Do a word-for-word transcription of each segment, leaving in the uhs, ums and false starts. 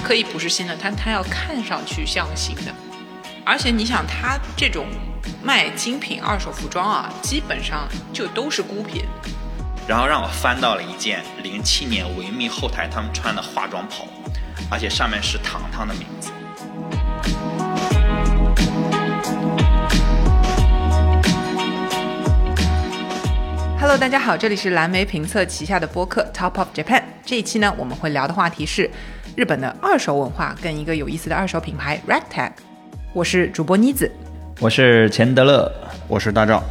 可以不是新的，但它要看上去像新的。而且你想，它这种卖精品二手服装啊，基本上就都是孤品。 然后让我翻到了一件零七年维密后台他们穿的化妆袍，而且上面是糖糖的名字。 Hello， 大家好，这里是蓝莓评测旗下的播客 Top of Japan。这一期呢，我们会聊的话题是日本的二手文化跟一个有意思的二手品牌 Ragtag。我是主播妮子， 我是钱德勒， 我是大赵。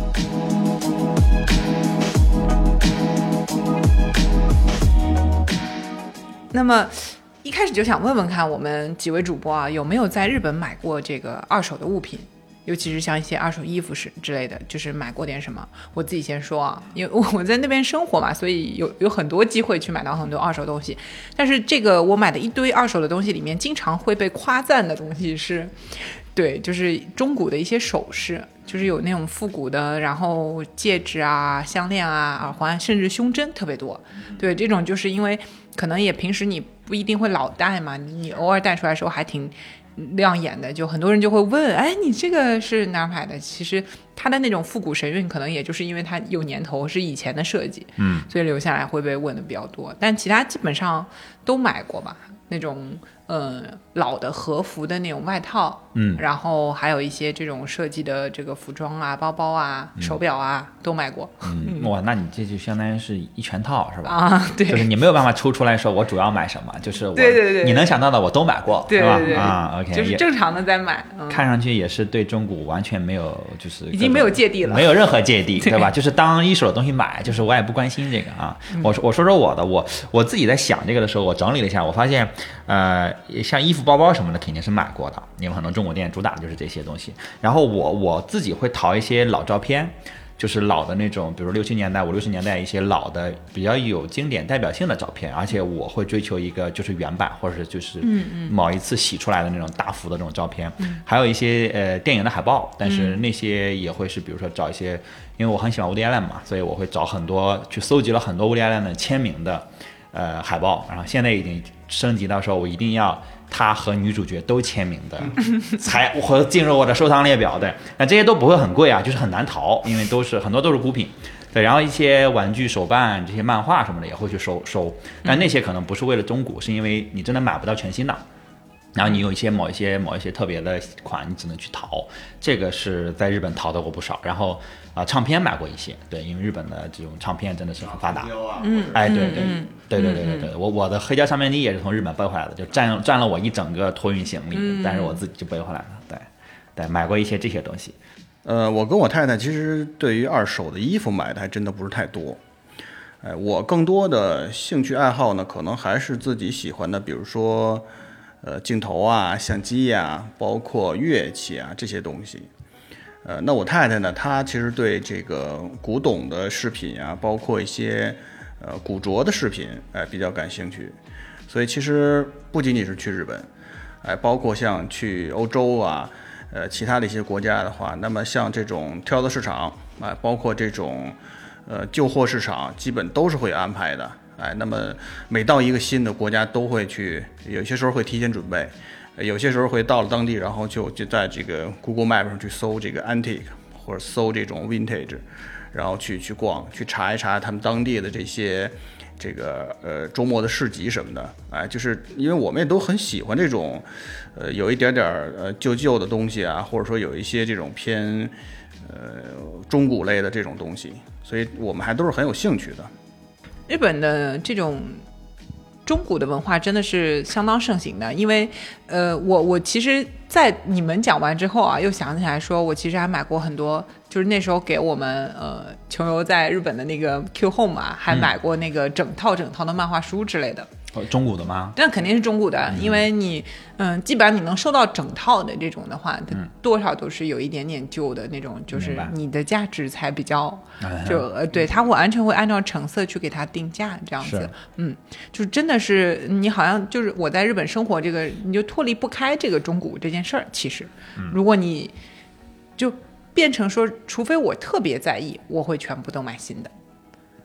那么一开始就想问问看我们几位主播啊，有没有在日本买过这个二手的物品，尤其是像一些二手衣服是之类的，就是买过点什么。我自己先说啊，因为我在那边生活嘛，所以有有很多机会去买到很多二手东西。但是这个我买的一堆二手的东西里面，经常会被夸赞的东西是，对，就是中古的一些首饰，就是有那种复古的，然后戒指啊、项链啊、耳环，甚至胸针特别多。对，这种就是因为可能也平时你不一定会老戴嘛，你偶尔戴出来的时候还挺亮眼的，就很多人就会问，哎，你这个是哪买的？其实它的那种复古神韵，可能也就是因为它有年头，是以前的设计，嗯，所以留下来会被问的比较多。但其他基本上都买过吧，那种呃老的和服的那种外套，嗯，然后还有一些这种设计的这个服装啊、包包啊、手表啊、嗯、都买过。 嗯，哇，那你这就相当于是一全套是吧？ 啊，对， 就是你没有办法抽出来说我主要买什么，就是我对对对， 你能想到的我都买过， 对对对啊 ，OK， 就是正常的在买、嗯， 看上去也是对中古完全没有，就是已经没有芥蒂了， 没有任何芥蒂，对吧？就是当一手的东西买，就是我也不关心这个啊。嗯、我说我说说我的，我我自己在想这个的时候，我整理了一下，我发现，呃，像衣服、包包什么的肯定是买过的，因为很多中古店主打的就是这些东西。然后我我自己会淘一些老照片。就是老的那种，比如六七年代、五六十年代一些老的比较有经典代表性的照片，而且我会追求一个就是原版，或者是就是某一次洗出来的那种大幅的这种照片，嗯、还有一些呃电影的海报，但是那些也会是比如说找一些，因为我很喜欢伍迪·艾伦嘛，所以我会找很多去搜集了很多伍迪·艾伦的签名的呃海报，然后现在已经升级到说我一定要他和女主角都签名的才会进入我的收藏列表。对，那这些都不会很贵啊，就是很难淘，因为都是很多都是孤品。对，然后一些玩具手办、这些漫画什么的也会去收收，但那些可能不是为了中古，是因为你真的买不到全新的。然后你有一些某一些某一些特别的款，你只能去淘，这个是在日本淘到过不少。然后啊、呃，唱片买过一些，对，因为日本的这种唱片真的是很发达。嗯，哎，对对、嗯、对对对对对，嗯、我我的黑胶唱片机也是从日本背回来的，就占占了我一整个托运行李，嗯、但是我自己就背回来了。对对，买过一些这些东西。 呃，我跟我太太其实对于二手的衣服买的还真的不是太多。哎，我更多的兴趣爱好呢，可能还是自己喜欢的，比如说。呃，镜头啊，相机呀、啊，包括乐器啊这些东西。呃，那我太太呢，她其实对这个古董的饰品啊，包括一些呃古着的饰品，哎、呃，比较感兴趣。所以其实不仅仅是去日本，哎、呃，包括像去欧洲啊，呃，其他的一些国家的话，那么像这种挑子市场啊、呃，包括这种呃旧货市场，基本都是会安排的。哎，那么每到一个新的国家都会去，有些时候会提前准备，有些时候会到了当地，然后就就在这个 Google Map 上去搜这个 antique 或者搜这种 vintage， 然后去去逛，去查一查他们当地的这些这个呃周末的市集什么的。哎，就是因为我们也都很喜欢这种呃有一点点呃旧旧的东西啊，或者说有一些这种偏呃中古类的这种东西，所以我们还都是很有兴趣的。 日本的这种中古的文化真的是相当盛行的，因为呃，我我其实在你们讲完之后啊，又想起来说，我其实还买过很多，就是那时候给我们呃穷游在日本的那个 Q Home 啊，还买过那个整套整套的漫画书之类的。 哦，中古的吗？ 那肯定是中古的，嗯、因为你，嗯，基本上你能收到整套的这种的话，嗯、多少都是有一点点旧的那种，就是你的价值才比较，就呃，对，他会完全会按照成色去给它定价这样子，嗯，就真的是你好像就是我在日本生活这个，你就脱离不开这个中古这件事儿。其实，嗯、如果你就变成说，除非我特别在意，我会全部都买新的。 嗯，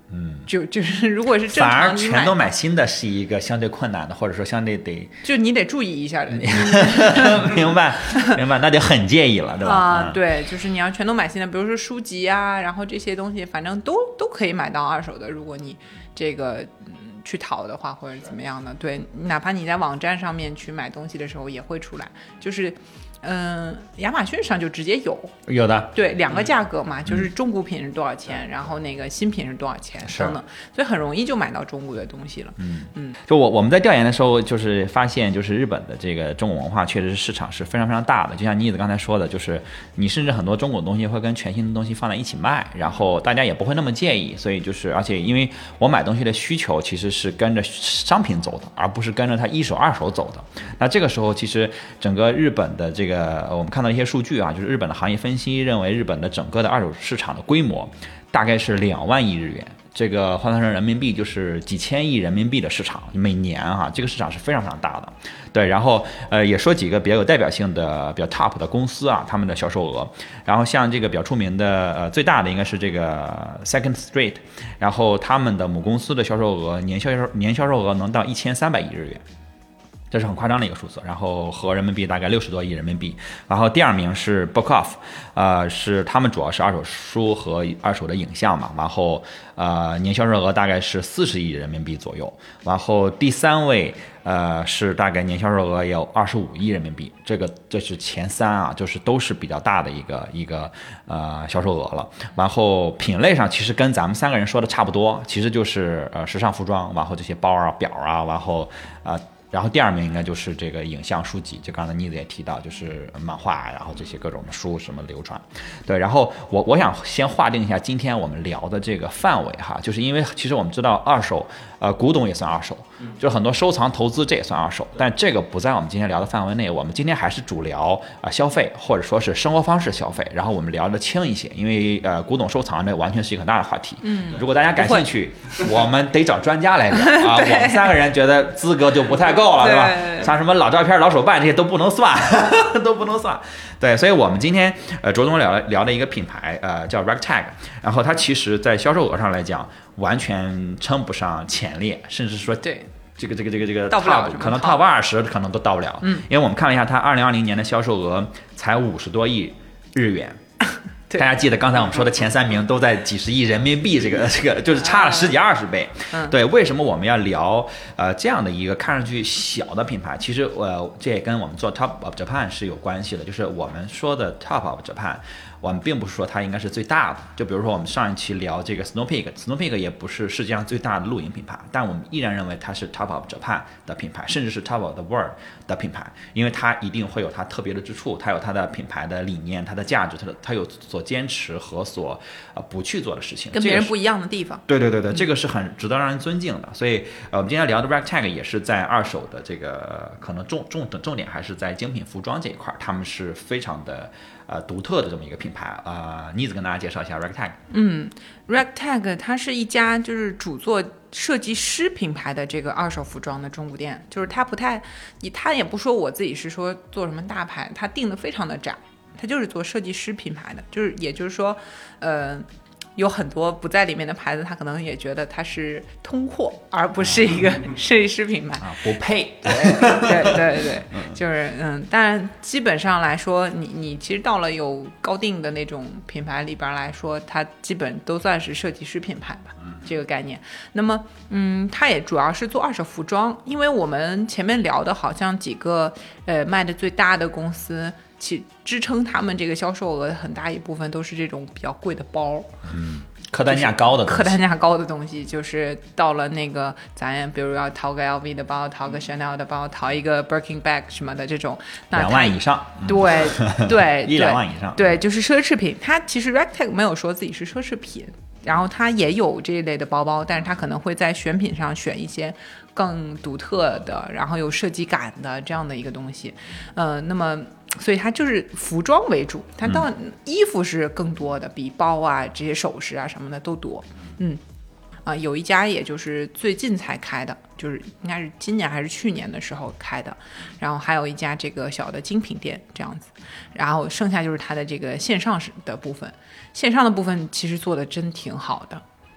就就是如果是正常， 反而全都买新的是一个相对困难的，或者说相对得就你得注意一下的。 明白明白，那就很介意了，对吧？ 啊、 嗯， 对，就是你要全都买新的，比如说书籍啊，然后这些东西，反正都都可以买到二手的。如果你这个嗯去淘的话，或者怎么样的，对，哪怕你在网站上面去买东西的时候也会出来，就是。嗯，亚马逊上就直接有有的， 对，两个价格嘛，嗯、就是中古品是多少钱，然后那个新品是多少钱等等，所以很容易就买到中古的东西了。 嗯嗯， 就我我们在调研的时候，就是发现，就是日本的这个中古文化确实是市场是非常非常大的。就像妮子刚才说的，就是你甚至很多中古东西会跟全新的东西放在一起卖，然后大家也不会那么介意。所以就是，而且因为我买东西的需求其实是跟着商品走的，而不是跟着它一手二手走的。那这个时候，其实整个日本的这个我们看到一些数据啊，就是日本的行业分析认为，日本的整个的二手市场的规模大概是两万亿日元，这个换算成人民币就是几千亿人民币的市场，每年啊，这个市场是非常非常大的。对，然后呃也说几个比较有代表性的、比较 top 的公司啊，他们的销售额。然后像这个比较出名的呃最大的应该是这个 Second Street， 然后他们的母公司的销售额年销售年销售额能到一千三百亿日元。这是很夸张的一个数字，然后合人民币大概六十多亿人民币。然后第二名是 Book Off， 呃，是他们主要是二手书和二手的影像嘛，然后呃年销售额大概是四十亿人民币左右。然后第三位呃是大概年销售额也有二十五亿人民币，这个这是前三啊，就是都是比较大的一个一个呃销售额了。然后品类上其实跟咱们三个人说的差不多，其实就是呃时尚服装，然后这些包啊表啊，然后啊。呃然后第二名应该就是这个影像书籍，就刚才妮子也提到，就是漫画，然后这些各种的书什么流传。对，然后我我想先划定一下今天我们聊的这个范围哈，就是因为其实我们知道二手，呃，古董也算二手，就很多收藏投资这也算二手，但这个不在我们今天聊的范围内。我们今天还是主聊啊、呃、消费，或者说是生活方式消费，然后我们聊的轻一些，因为呃古董收藏这完全是一个很大的话题。嗯，如果大家感兴趣，我们得找专家来聊啊，我们三个人觉得资格就不太够了，对吧？像什么老照片、老手办这些都不能算，都不能算。对，所以我们今天呃着重聊聊的一个品牌呃叫 Ragtag， 然后它其实在销售额上来讲完全称不上前列，甚至说对这个这个这个这个到不了 top 可能 top 二十可能都到不了。嗯，因为我们看了一下它二零二零年的销售额才五十多亿日元。大家记得刚才我们说的前三名都在几十亿人民币，这个这个就是差了十几二十倍。嗯，对，为什么我们要聊呃这样的一个看上去小的品牌？其实呃这也跟我们做 Top of Japan 是有关系的，就是我们说的 Top of Japan。我们并不是说它应该是最大的，就比如说我们上一期聊这个 Snow Peak，Snow Peak 也不是世界上最大的露营品牌，但我们依然认为它是 Top of Japan 的品牌，甚至是 Top of the World 的品牌，因为它一定会有它特别的之处，它有它的品牌的理念、它的价值，它的它有所坚持和所呃不去做的事情， 跟别人不一样的地方。 对对对对，这个是很值得让人尊敬的。所以呃，我们今天聊的 Ragtag 也是在二手的这个可能重重重点还是在精品服装这一块，他们是非常的。呃，独特的这么一个品牌啊，妮子跟大家介绍一下 Ragtag。 嗯 ，Ragtag 它是一家就是主做设计师品牌的这个二手服装的中古店，就是它不太，它也不说我自己是说做什么大牌，它定的非常的窄，它就是做设计师品牌的，就是也就是说，呃。有很多不在里面的牌子，他可能也觉得它是通货，而不是一个设计师品牌， 啊、不配。 对对对对，就是嗯，当然基本上来说，你你其实到了有高定的那种品牌里边来说，它基本都算是设计师品牌吧，这个概念。那么嗯，它也主要是做二手服装，因为我们前面聊的好像几个呃卖的最大的公司。其支撑他们这个销售额很大一部分都是这种比较贵的包， 嗯，客单价高的东西， 客单价高的东西，就是到了那个咱比如要淘个 L V 的包，淘个 Chanel 的包，淘一个 Birkin bag 什么的这种， 两万以上， 对对， 一两万以上， 对，就是奢侈品。它其实 Ragtag 没有说自己是奢侈品，然后它也有这一类的包包，但是它可能会在选品上选一些更独特的，然后有设计感的这样的一个东西，呃，那么。所以它就是服装为主，它到衣服是更多的，比包啊这些首饰啊什么的都多。嗯，啊，有一家也就是最近才开的，就是应该是今年还是去年的时候开的，然后还有一家这个小的精品店这样子，然后剩下就是它的这个线上的部分，线上的部分其实做的真挺好的。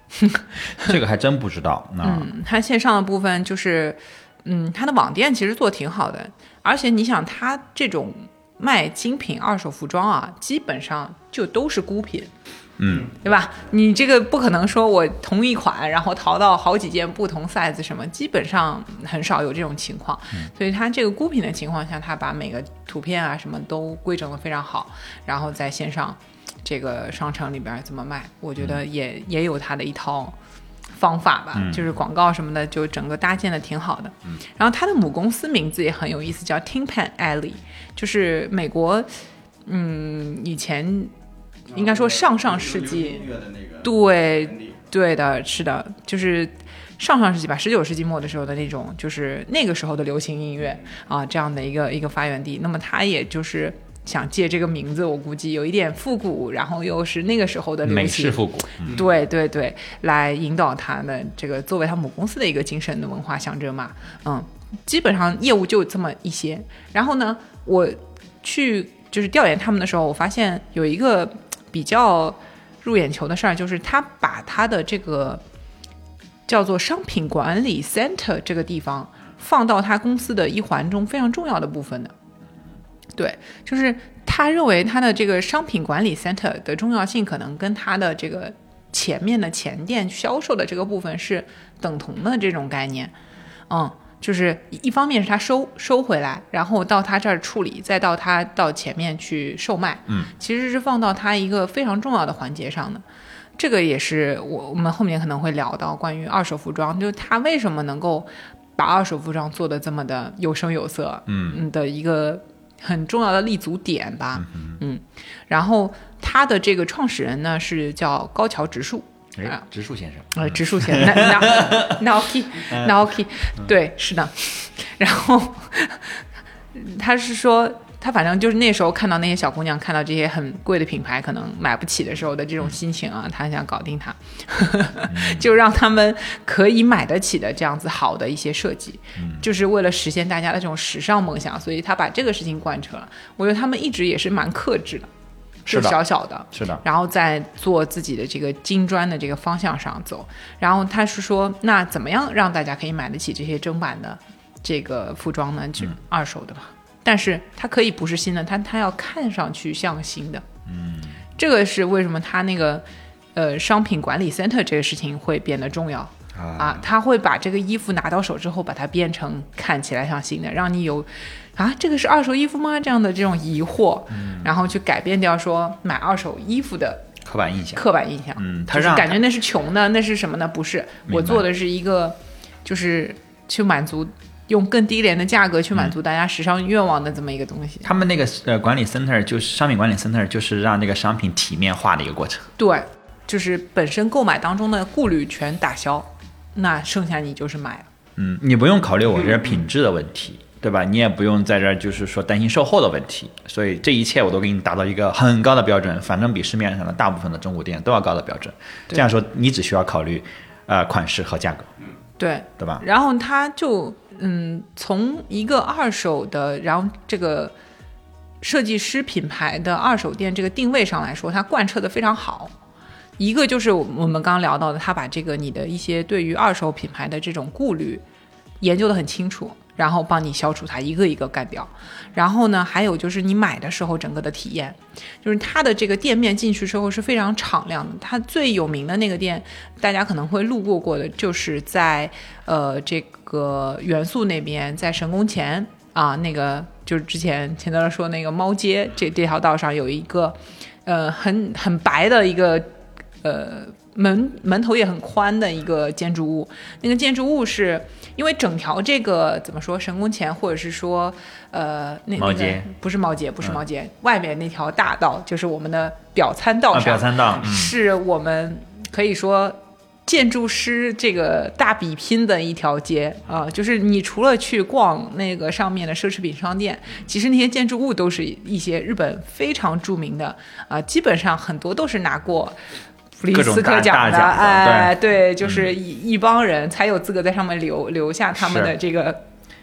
这个还真不知道。 嗯，它线上的部分就是，嗯，它的网店其实做挺好的，而且你想，它这种卖精品二手服装啊，基本上就都是孤品。 嗯， 对吧？你这个不可能说我同一款，然后淘到好几件不同 size 什么，基本上很少有这种情况。嗯、所以它这个孤品的情况下，它把每个图片啊什么都规整的非常好，然后在线上这个商城里边怎么卖，我觉得也、嗯、也有它的一套方法吧， 嗯、 就是广告什么的，就整个搭建的挺好的。 嗯、 然后它的母公司名字也很有意思，叫 Tin Pan Alley， 就是美国，嗯，以前。应该说上上世纪，对对的，是的，就是上上世纪吧，十九世纪末的时候的那种，就是那个时候的流行音乐啊，这样的一个一个发源地。那么他也就是想借这个名字，我估计有一点复古，然后又是那个时候的流行， 美式复古， 嗯、对对对，来引导他的这个作为他母公司的一个精神的文化象征嘛。嗯，基本上业务就这么一些。然后呢，我去就是调研他们的时候，我发现有一个比较入眼球的事儿，就是他把他的这个叫做商品管理 center 这个地方放到他公司的一环中非常重要的部分的。对，就是他认为他的这个商品管理 center 的重要性可能跟他的这个前面的前店销售的这个部分是等同的这种概念。嗯，就是一方面是他收收回来，然后到他这儿处理，再到他到前面去售卖， 嗯， 其实是放到他一个非常重要的环节上的。这个也是我我们后面可能会聊到关于二手服装，就他为什么能够把二手服装做得这么的有声有色， 嗯的一个很重要的立足点吧。 嗯, 嗯，然后他的这个创始人呢是叫高桥直树。 哎，直树先生， 呃，直树先生，那那那 OK， 那 OK， 对，是的。然后他是说，他反正就是那时候看到那些小姑娘看到这些很贵的品牌可能买不起的时候的这种心情啊，他想搞定它，就让他们可以买得起的这样子好的一些设计，就是为了实现大家的这种时尚梦想，所以他把这个事情贯彻了。我觉得他们一直也是蛮克制的。就小小的， 是的， 然后在做自己的这个精专的这个方向上走。然后他是说，那怎么样让大家可以买得起这些正版的这个服装呢？就二手的吧，嗯、但是它可以不是新的，它它要看上去像新的。 嗯， 这个是为什么它那个呃商品管理 center 这个事情会变得重要啊, 啊？他会把这个衣服拿到手之后，把它变成看起来像新的，让你有。啊，这个是二手衣服吗？这样的这种疑惑， 嗯、 然后去改变掉说买二手衣服的刻板印象。 刻板印象， 嗯， 他就是感觉那是穷的，那是什么呢？不是，我做的是一个，就是去满足用更低廉的价格去满足大家时尚愿望的这么一个东西。 他们那个呃管理 center 就是商品管理 center， 就是让这个商品体面化的一个过程。 对，就是本身购买当中的顾虑全打消，那剩下你就是买了。 嗯，你不用考虑我这品质的问题。嗯对吧？你也不用在这儿就是说担心售后的问题，所以这一切我都给你达到一个很高的标准，反正比市面上的大部分的中古店都要高的标准。这样说，你只需要考虑，呃，款式和价格， 对对吧？ 然后他就嗯，从一个二手的，然后这个设计师品牌的二手店这个定位上来说，它贯彻的非常好。一个就是我们刚刚聊到的，他把这个你的一些对于二手品牌的这种顾虑研究得很清楚。然后帮你消除它，一个一个干掉。然后呢，还有就是你买的时候整个的体验，就是它的这个店面进去之后是非常敞亮的。它最有名的那个店，大家可能会路过过的，就是在呃这个元素那边，在神宫前啊，那个就是之前钱德勒说那个猫街这这条道上有一个呃很很白的一个呃门门头也很宽的一个建筑物，那个建筑物是。因为整条这个怎么说神宫前，或者是说呃那毛街、 那个、不是毛街不是毛街、嗯、外面那条大道就是我们的表参道上、 啊、表参道、 嗯、是我们可以说建筑师这个大比拼的一条街啊、呃，就是你除了去逛那个上面的奢侈品商店，其实那些建筑物都是一些日本非常著名的啊、呃，基本上很多都是拿过普利斯克奖的，哎，对，就是一、嗯、一帮人才有资格在上面留留下他们的这个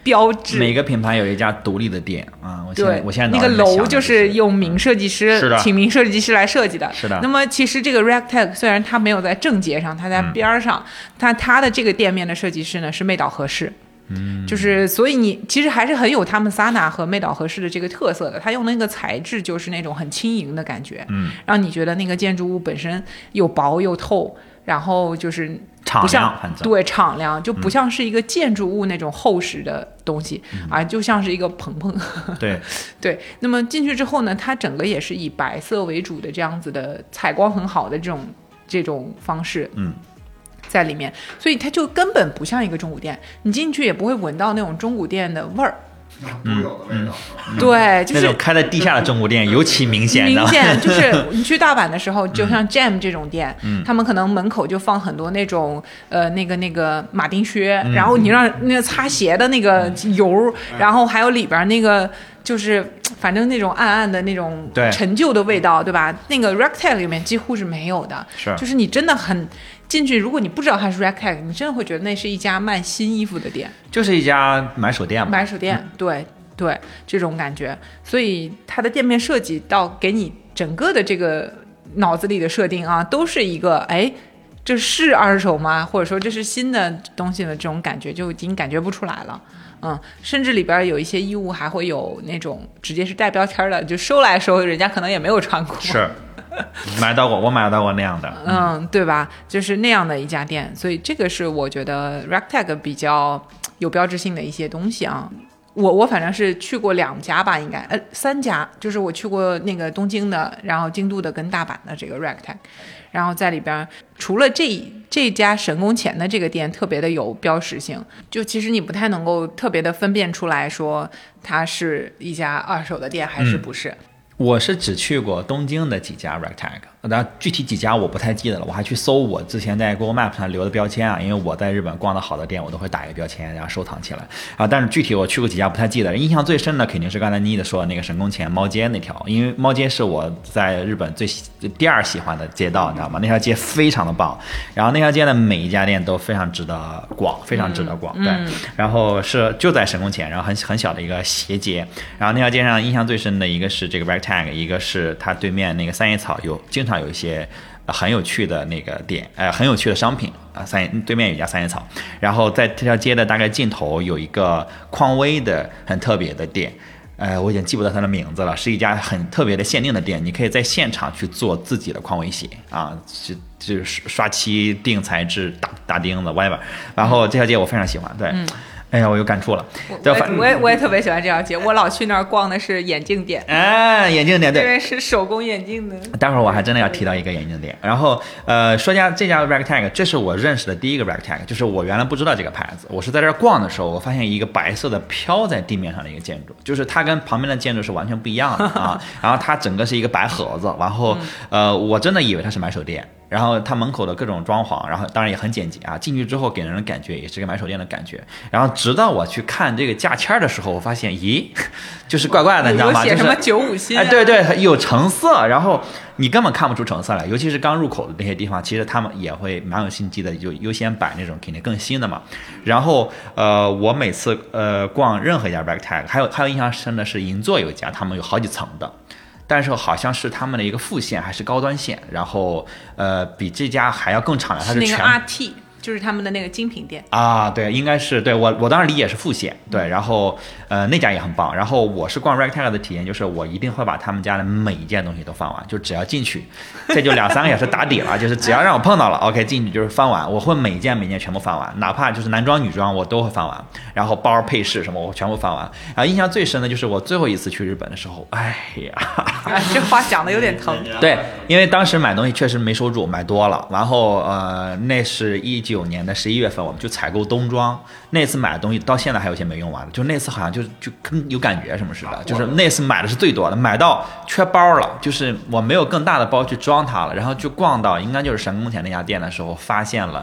标志。 每个品牌有一家独立的店啊，我现在对， 我现在那个楼就是用名设计师， 是的， 请名设计师来设计的。 是的。 那么其实这个 Ragtag 虽然它没有在正街上，它在边上，但、嗯、它的这个店面的设计师呢是妹岛和世。 嗯， 就是所以你其实还是很有他们萨娜和妹岛和世的这个特色的，它用的那个材质就是那种很轻盈的感觉， 嗯， 让你觉得那个建筑物本身又薄又透，然后就是不像对敞亮，就不像是一个建筑物那种厚实的东西，嗯、而就像是一个棚棚。 对对，那么进去之后呢，它整个也是以白色为主的这样子的采光很好的这种这种方式， 嗯。 在里面，所以它就根本不像一个中古店，你进去也不会闻到那种中古店的味儿。 独有的味道， 嗯、对，就是那种开在地下的中古店尤其明显。 明显就是你去大阪的时候，就像 Jam 这种店， 嗯、 他们可能门口就放很多那种呃那个那个马丁靴， 嗯、 然后你让那个擦鞋的那个油，嗯、然后还有里边那个就是反正那种暗暗的那种陈旧的味道， 对, 对吧？那个 Ragtag 里面几乎是没有的， 是就是你真的很。进去，如果你不知道它是 Ragtag， 你真的会觉得那是一家卖新衣服的店， 就是一家买手店嘛。 买手店，嗯、对对，这种感觉。所以它的店面设计到给你整个的这个脑子里的设定啊，都是一个哎，这是二手吗？或者说这是新的东西的这种感觉，就已经感觉不出来了。嗯，甚至里边有一些衣物还会有那种直接是带标签的，就收来收，人家可能也没有穿过。 是。买到过，我买到过那样的， 嗯，对吧？就是那样的一家店，所以这个是我觉得 Ragtag 比较有标志性的一些东西啊。我我反正是去过两家吧，应该呃三家，就是我去过那个东京的，然后京都的跟大阪的这个 Ragtag， 然后在里边除了这这家神宫前的这个店特别的有标识性，就其实你不太能够特别的分辨出来说它是一家二手的店还是不是。 嗯，我是只去过东京的几家 Ragtag， 当然具体几家我不太记得了，我还去搜我之前在 Google Map 上留的标签啊，因为我在日本逛的好的店我都会打一个标签然后收藏起来啊。但是具体我去过几家不太记得，印象最深的肯定是刚才妮的说的那个神宫前猫街那条，因为猫街是我在日本最第二喜欢的街道，你知道吗？那条街非常的棒，然后那条街的每一家店都非常值得逛，非常值得逛，嗯、对、嗯。然后是就在神宫前，然后很很小的一个斜街，然后那条街上印象最深的一个是这个 Ragtag， 一个是它对面那个三叶草有经常有一些很有趣的那个店，呃，很有趣的商品啊。三对面有一家三叶草，然后在这条街的大概尽头有一个匡威的很特别的店，呃，我已经记不得它的名字了，是一家很特别的限定的店，你可以在现场去做自己的匡威鞋啊，就就是刷漆、定材质、打打钉子 whatever。然后这条街我非常喜欢，对。嗯，哎呀，我有感触了。 我我也我也我也特别喜欢这条街，我老去那儿逛的是眼镜店。 哎，眼镜店对， 因为是手工眼镜的。 待会儿我还真的要提到一个眼镜店。然后呃，说家这家 Ragtag， 这是我认识的第一个 Ragtag， 就是我原来不知道这个牌子，我是在这儿逛的时候，我发现一个白色的飘在地面上的一个建筑，就是它跟旁边的建筑是完全不一样的啊。然后它整个是一个白盒子，然后呃，我真的以为它是买手店。然后它门口的各种装潢，然后当然也很简洁啊。进去之后给人的感觉也是个买手店的感觉。然后直到我去看这个价签的时候，我发现，咦，就是怪怪的，你知道吗？ 有写什么九五新、啊？ 哎，对对，有橙色，然后你根本看不出橙色来。尤其是刚入口的那些地方，其实他们也会蛮有心机的，就优先摆那种肯定更新的嘛。然后呃，我每次呃逛任何一家 Ragtag， 还有还有印象深的是银座有一家，他们有好几层的。但是好像是他们的一个副线还是高端线，然后呃比这家还要更敞亮，它是全那个 R T， 就是他们的那个精品店啊，对，应该是对我我当时理解是副线，对，然后呃那家也很棒，然后我是逛 Ragtag 的体验就是我一定会把他们家的每一件东西都翻完，就只要进去，这就两三个小时打底了，就是只要让我碰到了 OK 进去就是翻完，我会每一件每一件全部翻完，哪怕就是男装女装我都会翻完，然后包配饰什么我全部翻完。然后印象最深的就是我最后一次去日本的时候，哎呀。 啊、这话讲的有点疼。 对，因为当时买东西确实没收住，买多了。然后呃，那是一九年的十一月份，我们就采购冬装。那次买的东西到现在还有些没用完的，就那次好像就就跟有感觉什么似的，就是那次买的是最多的，买到缺包了，就是我没有更大的包去装它了。然后就逛到应该就是神宫前那家店的时候，发现了。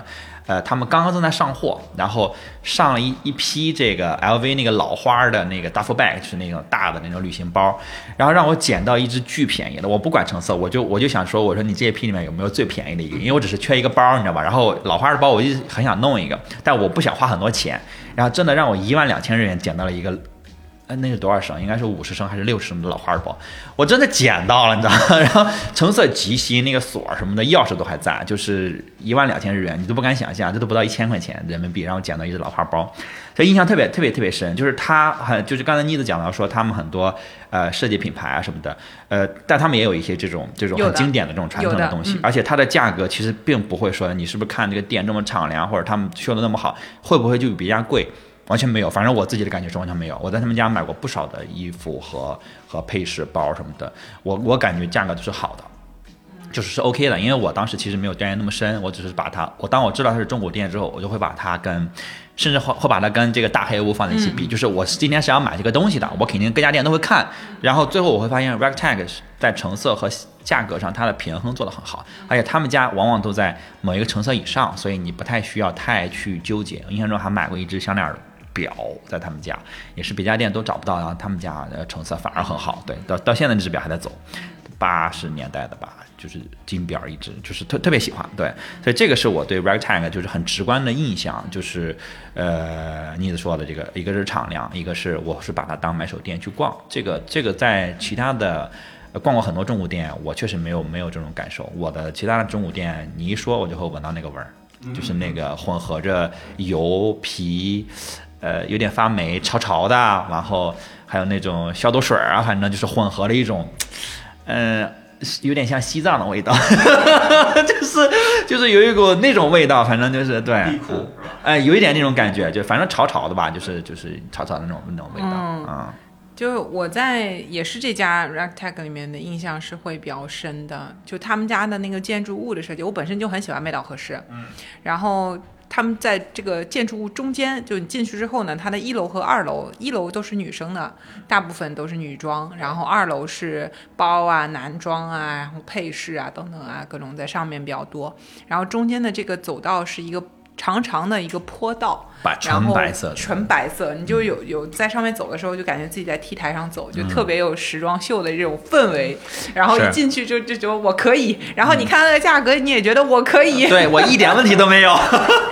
呃，他们刚刚正在上货，然后上了一一批这个 L V 那个老花的那个 duffel bag， 就是那种大的那种旅行包，然后让我捡到一只巨便宜的，我不管成色，我就我就想说，我说你这一批里面有没有最便宜的一个？因为我只是缺一个包，你知道吧？然后老花的包我一直很想弄一个，但我不想花很多钱，然后真的让我一万两千日元捡到了一个。呃，那是多少升？应该是五十升还是六十升的老花包？我真的捡到了，你知道吗？然后成色极新，那个锁什么的，钥匙都还在，就是一万两千日元，你都不敢想象，这都不到一千块钱人民币，让我捡到一只老花包，所以印象特别特别特别深。就是他很，就是刚才妮子讲到说，他们很多呃设计品牌啊什么的，呃，但他们也有一些这种这种很经典的这种传承的东西， 嗯、 而且它的价格其实并不会说你是不是看这个店这么敞亮，或者他们修的那么好，会不会就比别人贵？完全没有，反正我自己的感觉是完全没有。我在他们家买过不少的衣服和和配饰包什么的，我我感觉价格都是好的，就是是 OK 的。因为我当时其实没有钻研那么深，我只是把它，我当我知道它是中古店之后，我就会把它跟，甚至会会把它跟这个大黑屋放在一起比。嗯、就是我今天是要买这个东西的，我肯定各家店都会看，然后最后我会发现 Ragtag 在成色和价格上它的平衡做得很好，而且他们家往往都在某一个成色以上，所以你不太需要太去纠结。我印象中还买过一只项链表，在他们家也是别家店都找不到，然后他们家的成色反而很好。对，到到现在这只表还在走，八十年代的吧，就是金表一只，就是特特别喜欢。对，所以这个是我对 Ragtag 就是很直观的印象，就是呃，妮子说的这个，一个是敞亮，一个是我是把它当买手店去逛。这个这个在其他的。逛过很多中古店，我确实没有没有这种感受。我的其他的中古店，你一说我就会闻到那个味儿，就是那个混合着油皮，呃，有点发霉、潮潮的，然后还有那种消毒水啊，反正就是混合了一种，嗯、呃，有点像西藏的味道，就是就是有一股那种味道，反正就是对，哎、呃，有一点那种感觉，就反正潮潮的吧，就是就是潮潮的那种那种味道啊。 嗯嗯， 就我在也是这家 Ragtag 里面的印象是会比较深的，就他们家的那个建筑物的设计，我本身就很喜欢美岛和世，嗯，然后他们在这个建筑物中间，就你进去之后呢，它的一楼和二楼，一楼都是女生的，大部分都是女装，然后二楼是包啊、男装啊、然后配饰啊等等啊，各种在上面比较多，然后中间的这个走道是一个长长的一个坡道， 纯白色的， 纯白色，你就有有在上面走的时候，就感觉自己在 T 台上走，就特别有时装秀的这种氛围。嗯、然后一进去就就觉得我可以，然后你看它的价格，你也觉得我可以， 对我一点问题都没有。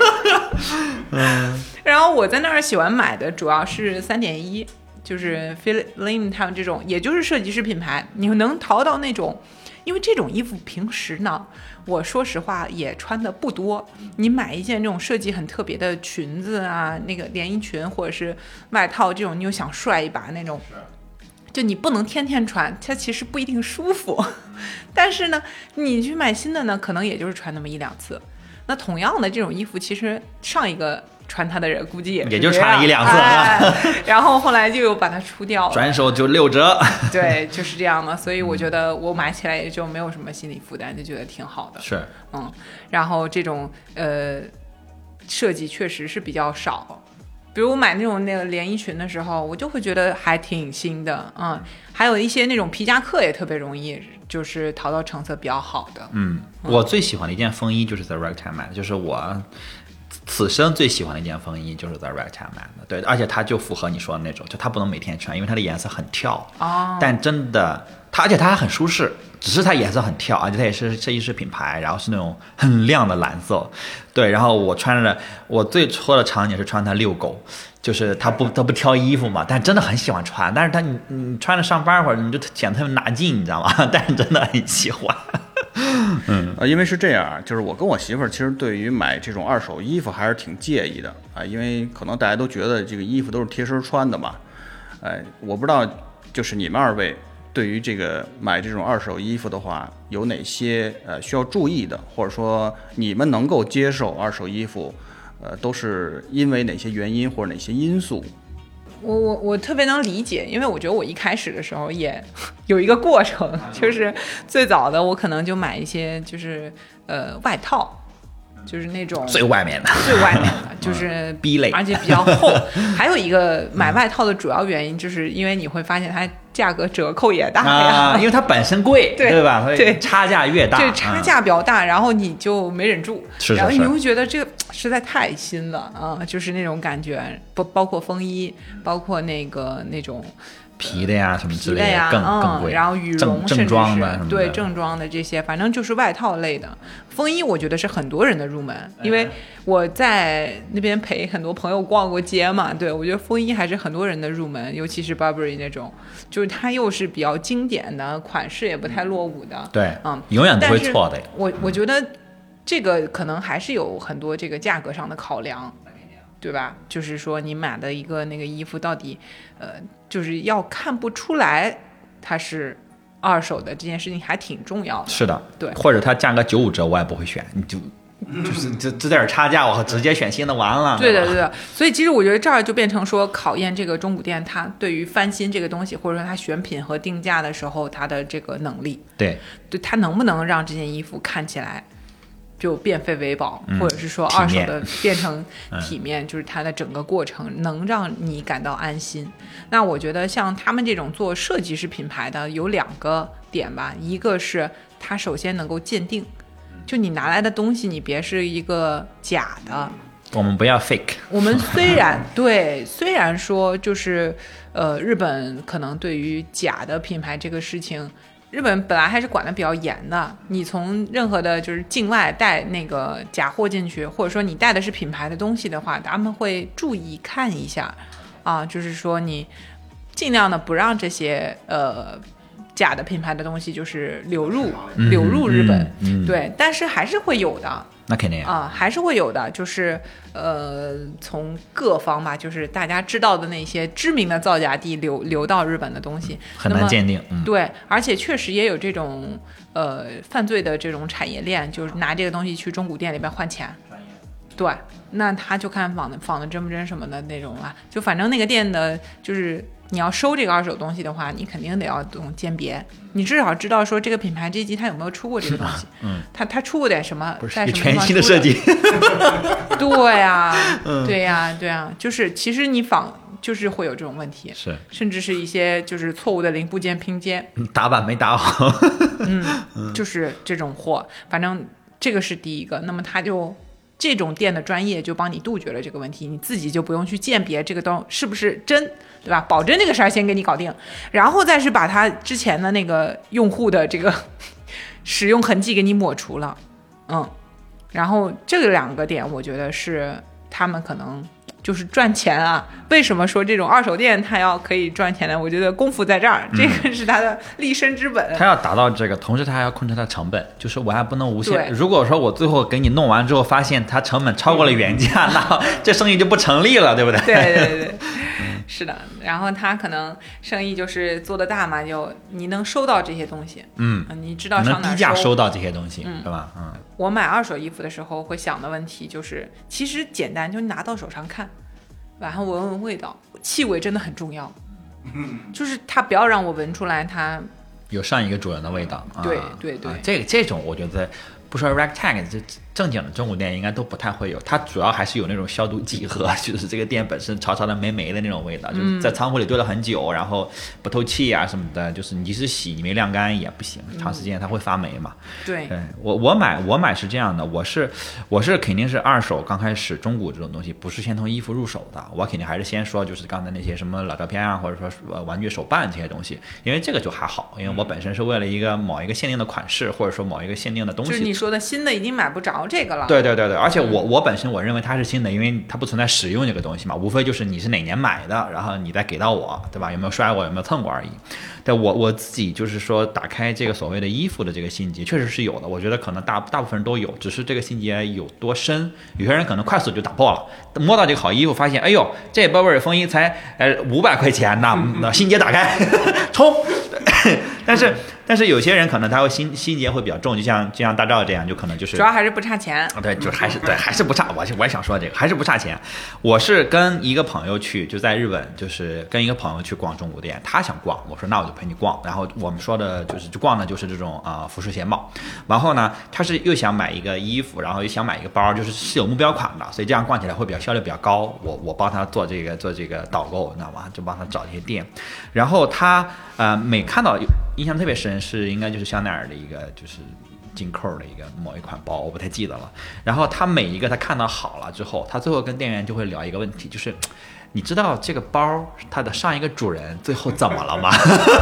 嗯， 然后我在那儿喜欢买的主要是三点一，就是 Philip Lim 他们这种，也就是设计师品牌，你能淘到那种。因为这种衣服平时呢，我说实话也穿的不多。你买一件这种设计很特别的裙子啊，那个连衣裙或者是外套这种，你又想帅一把那种，就你不能天天穿，它其实不一定舒服。但是呢，你去买新的呢，可能也就是穿那么一两次。那同样的这种衣服，其实上一个穿它的人估计也也就穿了一两次、 哎、然后后来就又把它出掉了， 转手就六折。 对，就是这样的。所以我觉得我买起来也就没有什么心理负担，就觉得挺好的。 是， 嗯，然后这种呃设计确实是比较少。比如我买那种那个连衣裙的时候，我就会觉得还挺新的，嗯，还有一些那种皮夹克也特别容易，就是淘到成色比较好的。 嗯，嗯我最喜欢的一件风衣就是在 Ragtag 买的，就是我此生最喜欢的一件风衣就是在 Ragtag 买的，对，而且它就符合你说的那种，就它不能每天穿，因为它的颜色很跳， 哦， 但真的它，而且它还很舒适，只是它颜色很跳，而且它也是设计师品牌，然后是那种很亮的蓝色，对，然后我穿着，我最初的场景是穿它遛狗，就是它不它不挑衣服嘛，但真的很喜欢穿，但是它你你穿着上班会儿你就显得特别拿劲，你知道吗？但是真的很喜欢。 嗯，呃，因为是这样，就是我跟我媳妇儿其实对于买这种二手衣服还是挺介意的啊，因为可能大家都觉得这个衣服都是贴身穿的嘛，哎，我不知道就是你们二位对于这个买这种二手衣服的话，有哪些呃需要注意的，或者说你们能够接受二手衣服，呃，都是因为哪些原因或者哪些因素？ 我我我特别能理解，因为我觉得我一开始的时候也有一个过程，就是最早的我可能就买一些就是呃外套，就是那种最外面的最外面的就是逼类， 而且比较厚。还有一个买外套的主要原因，就是因为你会发现它价格折扣也大呀， 啊，因为它本身贵， 对对吧？所以对差价越大， 这差价比较大，然后你就没忍住， 是是然后你是会觉得这个实在太新了啊，就是那种感觉，包包括风衣，包括那个那种。 皮的呀什么之皮的呀， 类的更嗯， 更贵， 然后羽绒， 正正装的什么的， 对正装的这些，反正就是外套类的。风衣我觉得是很多人的入门，因为我在那边陪很多朋友逛过街嘛，对我觉得风衣还是很多人的入门，尤其是 Burberry 那种，就是它又是比较经典的，款式也不太落伍的， 对， 嗯， 永远不会错的。 我我觉得这个可能还是有很多这个价格上的考量。对吧？就是说你买的一个那个衣服到底，呃，就是要看不出来它是二手的这件事情还挺重要的。 是的， 对。 或者它价格九五折，我也不会选，你就就是这这点差价，我直接选新的完了。 对的，对的。所以其实我觉得这儿就变成说考验这个中古店它对于翻新这个东西，或者说它选品和定价的时候它的这个能力。 对， 对，它能不能让这件衣服看起来。就变废为宝， 嗯、 或者是说二手的变成体面，嗯、就是它的整个过程能让你感到安心。那我觉得像他们这种做设计师品牌的有两个点吧，一个是它首先能够鉴定，就你拿来的东西你别是一个假的。 我们不要 fake。 我们虽然对，虽然说就是呃，日本可能对于假的品牌这个事情。日本本来还是管得比较严的，你从任何的就是境外带那个假货进去，或者说你带的是品牌的东西的话，他们会注意看一下，啊，就是说你尽量的不让这些呃假的品牌的东西就是流入、嗯、流入日本、嗯嗯，对，但是还是会有的。 那肯定啊，还是会有的，就是呃，从各方吧，就是大家知道的那些知名的造假地流流到日本的东西， 很难鉴定。嗯， 对，而且确实也有这种呃犯罪的这种产业链，就是拿这个东西去中古店里边换钱。对，那他就看仿的仿的真不真什么的那种了，就反正那个店的，就是你要收这个二手东西的话，你肯定得要懂鉴别，你至少知道说这个品牌这一季它有没有出过这个东西， 嗯， 它它出过点什么， 不是在什么全新的设计， 对呀、啊，对呀、啊，对呀、啊，就是其实你仿就是会有这种问题， 是， 甚至是一些就是错误的零部件拼接， 打板没打好， 嗯，就是这种货，反正这个是第一个，那么它就。这种店的专业就帮你杜绝了这个问题，你自己就不用去鉴别这个东是不是真，对吧？保真这个事儿先给你搞定，然后再是把它之前的那个用户的这个使用痕迹给你抹除了，嗯，然后这两个点我觉得是他们可能就是赚钱啊。为什么说这种二手店它要可以赚钱呢？我觉得功夫在这儿，这个是它的立身之本。 他要达到这个，同时他还要控制它的成本，就是我还不能无限。如果说我最后给你弄完之后，发现它成本超过了原价，嗯、那这生意就不成立了，对不对？ 对对对对，是的。然后他可能生意就是做得大嘛，就你能收到这些东西， 嗯， 你知道上哪能低价收到这些东西， 嗯、 对吧？嗯， 我买二手衣服的时候会想的问题就是，其实简单，就你拿到手上看。然后闻闻味道，气味真的很重要，就是它不要让我闻出来它有上一个主人的味道。 对、 啊、 对对， 啊、这个这种我觉得不说 ragtag， 这正经的中古店应该都不太会有，它主要还是有那种消毒剂和就是这个店本身潮潮的霉霉的那种味道，嗯、就是在仓库里堆了很久，然后不透气啊什么的，就是你即使洗你没晾干也不行，长时间它会发霉嘛。 嗯、对, 对，我我买我买是这样的，我是我是肯定是二手，刚开始中古这种东西不是先从衣服入手的，我肯定还是先说就是刚才那些什么老照片啊，或者说玩具手办这些东西，因为这个就还好，因为我本身是为了一个某一个限定的款式，或者说某一个限定的东西， 就是你说的新的已经买不着这个了。 对对对对，而且我我本身我认为它是新的，因为它不存在使用这个东西嘛，无非就是你是哪年买的，然后你再给到我，对吧？有没有摔过，有没有蹭过而已。但我我自己就是说打开这个所谓的衣服的这个心结，确实是有的，我觉得可能大大部分人都有，只是这个心结有多深，有些人可能快速就打破了，摸到这个好衣服发现，哎呦，这Burberry风衣才呃五百块钱，那那心结打开冲。但是但是有些人可能他会心心结会比较重，就像就像大赵这样，就可能就是主要还是不差钱。 对，就还是对，还是不差。我我也想说这个，还是不差钱。我是跟一个朋友去，就在日本，就是跟一个朋友去逛中古店，他想逛，我说那我就陪你逛。然后我们说的就是就逛的就是这种啊、呃、服饰鞋帽。然后呢，他是又想买一个衣服，然后又想买一个包，就是是有目标款的，所以这样逛起来会比较效率比较高。我我帮他做这个做这个导购，你知道吗？就帮他找这些店。然后他呃每看到印象特别深是应该就是香奈儿的一个就是进扣的一个某一款包，我不太记得了。然后他每一个他看到好了之后，他最后跟店员就会聊一个问题，就是你知道这个包它的上一个主人最后怎么了吗？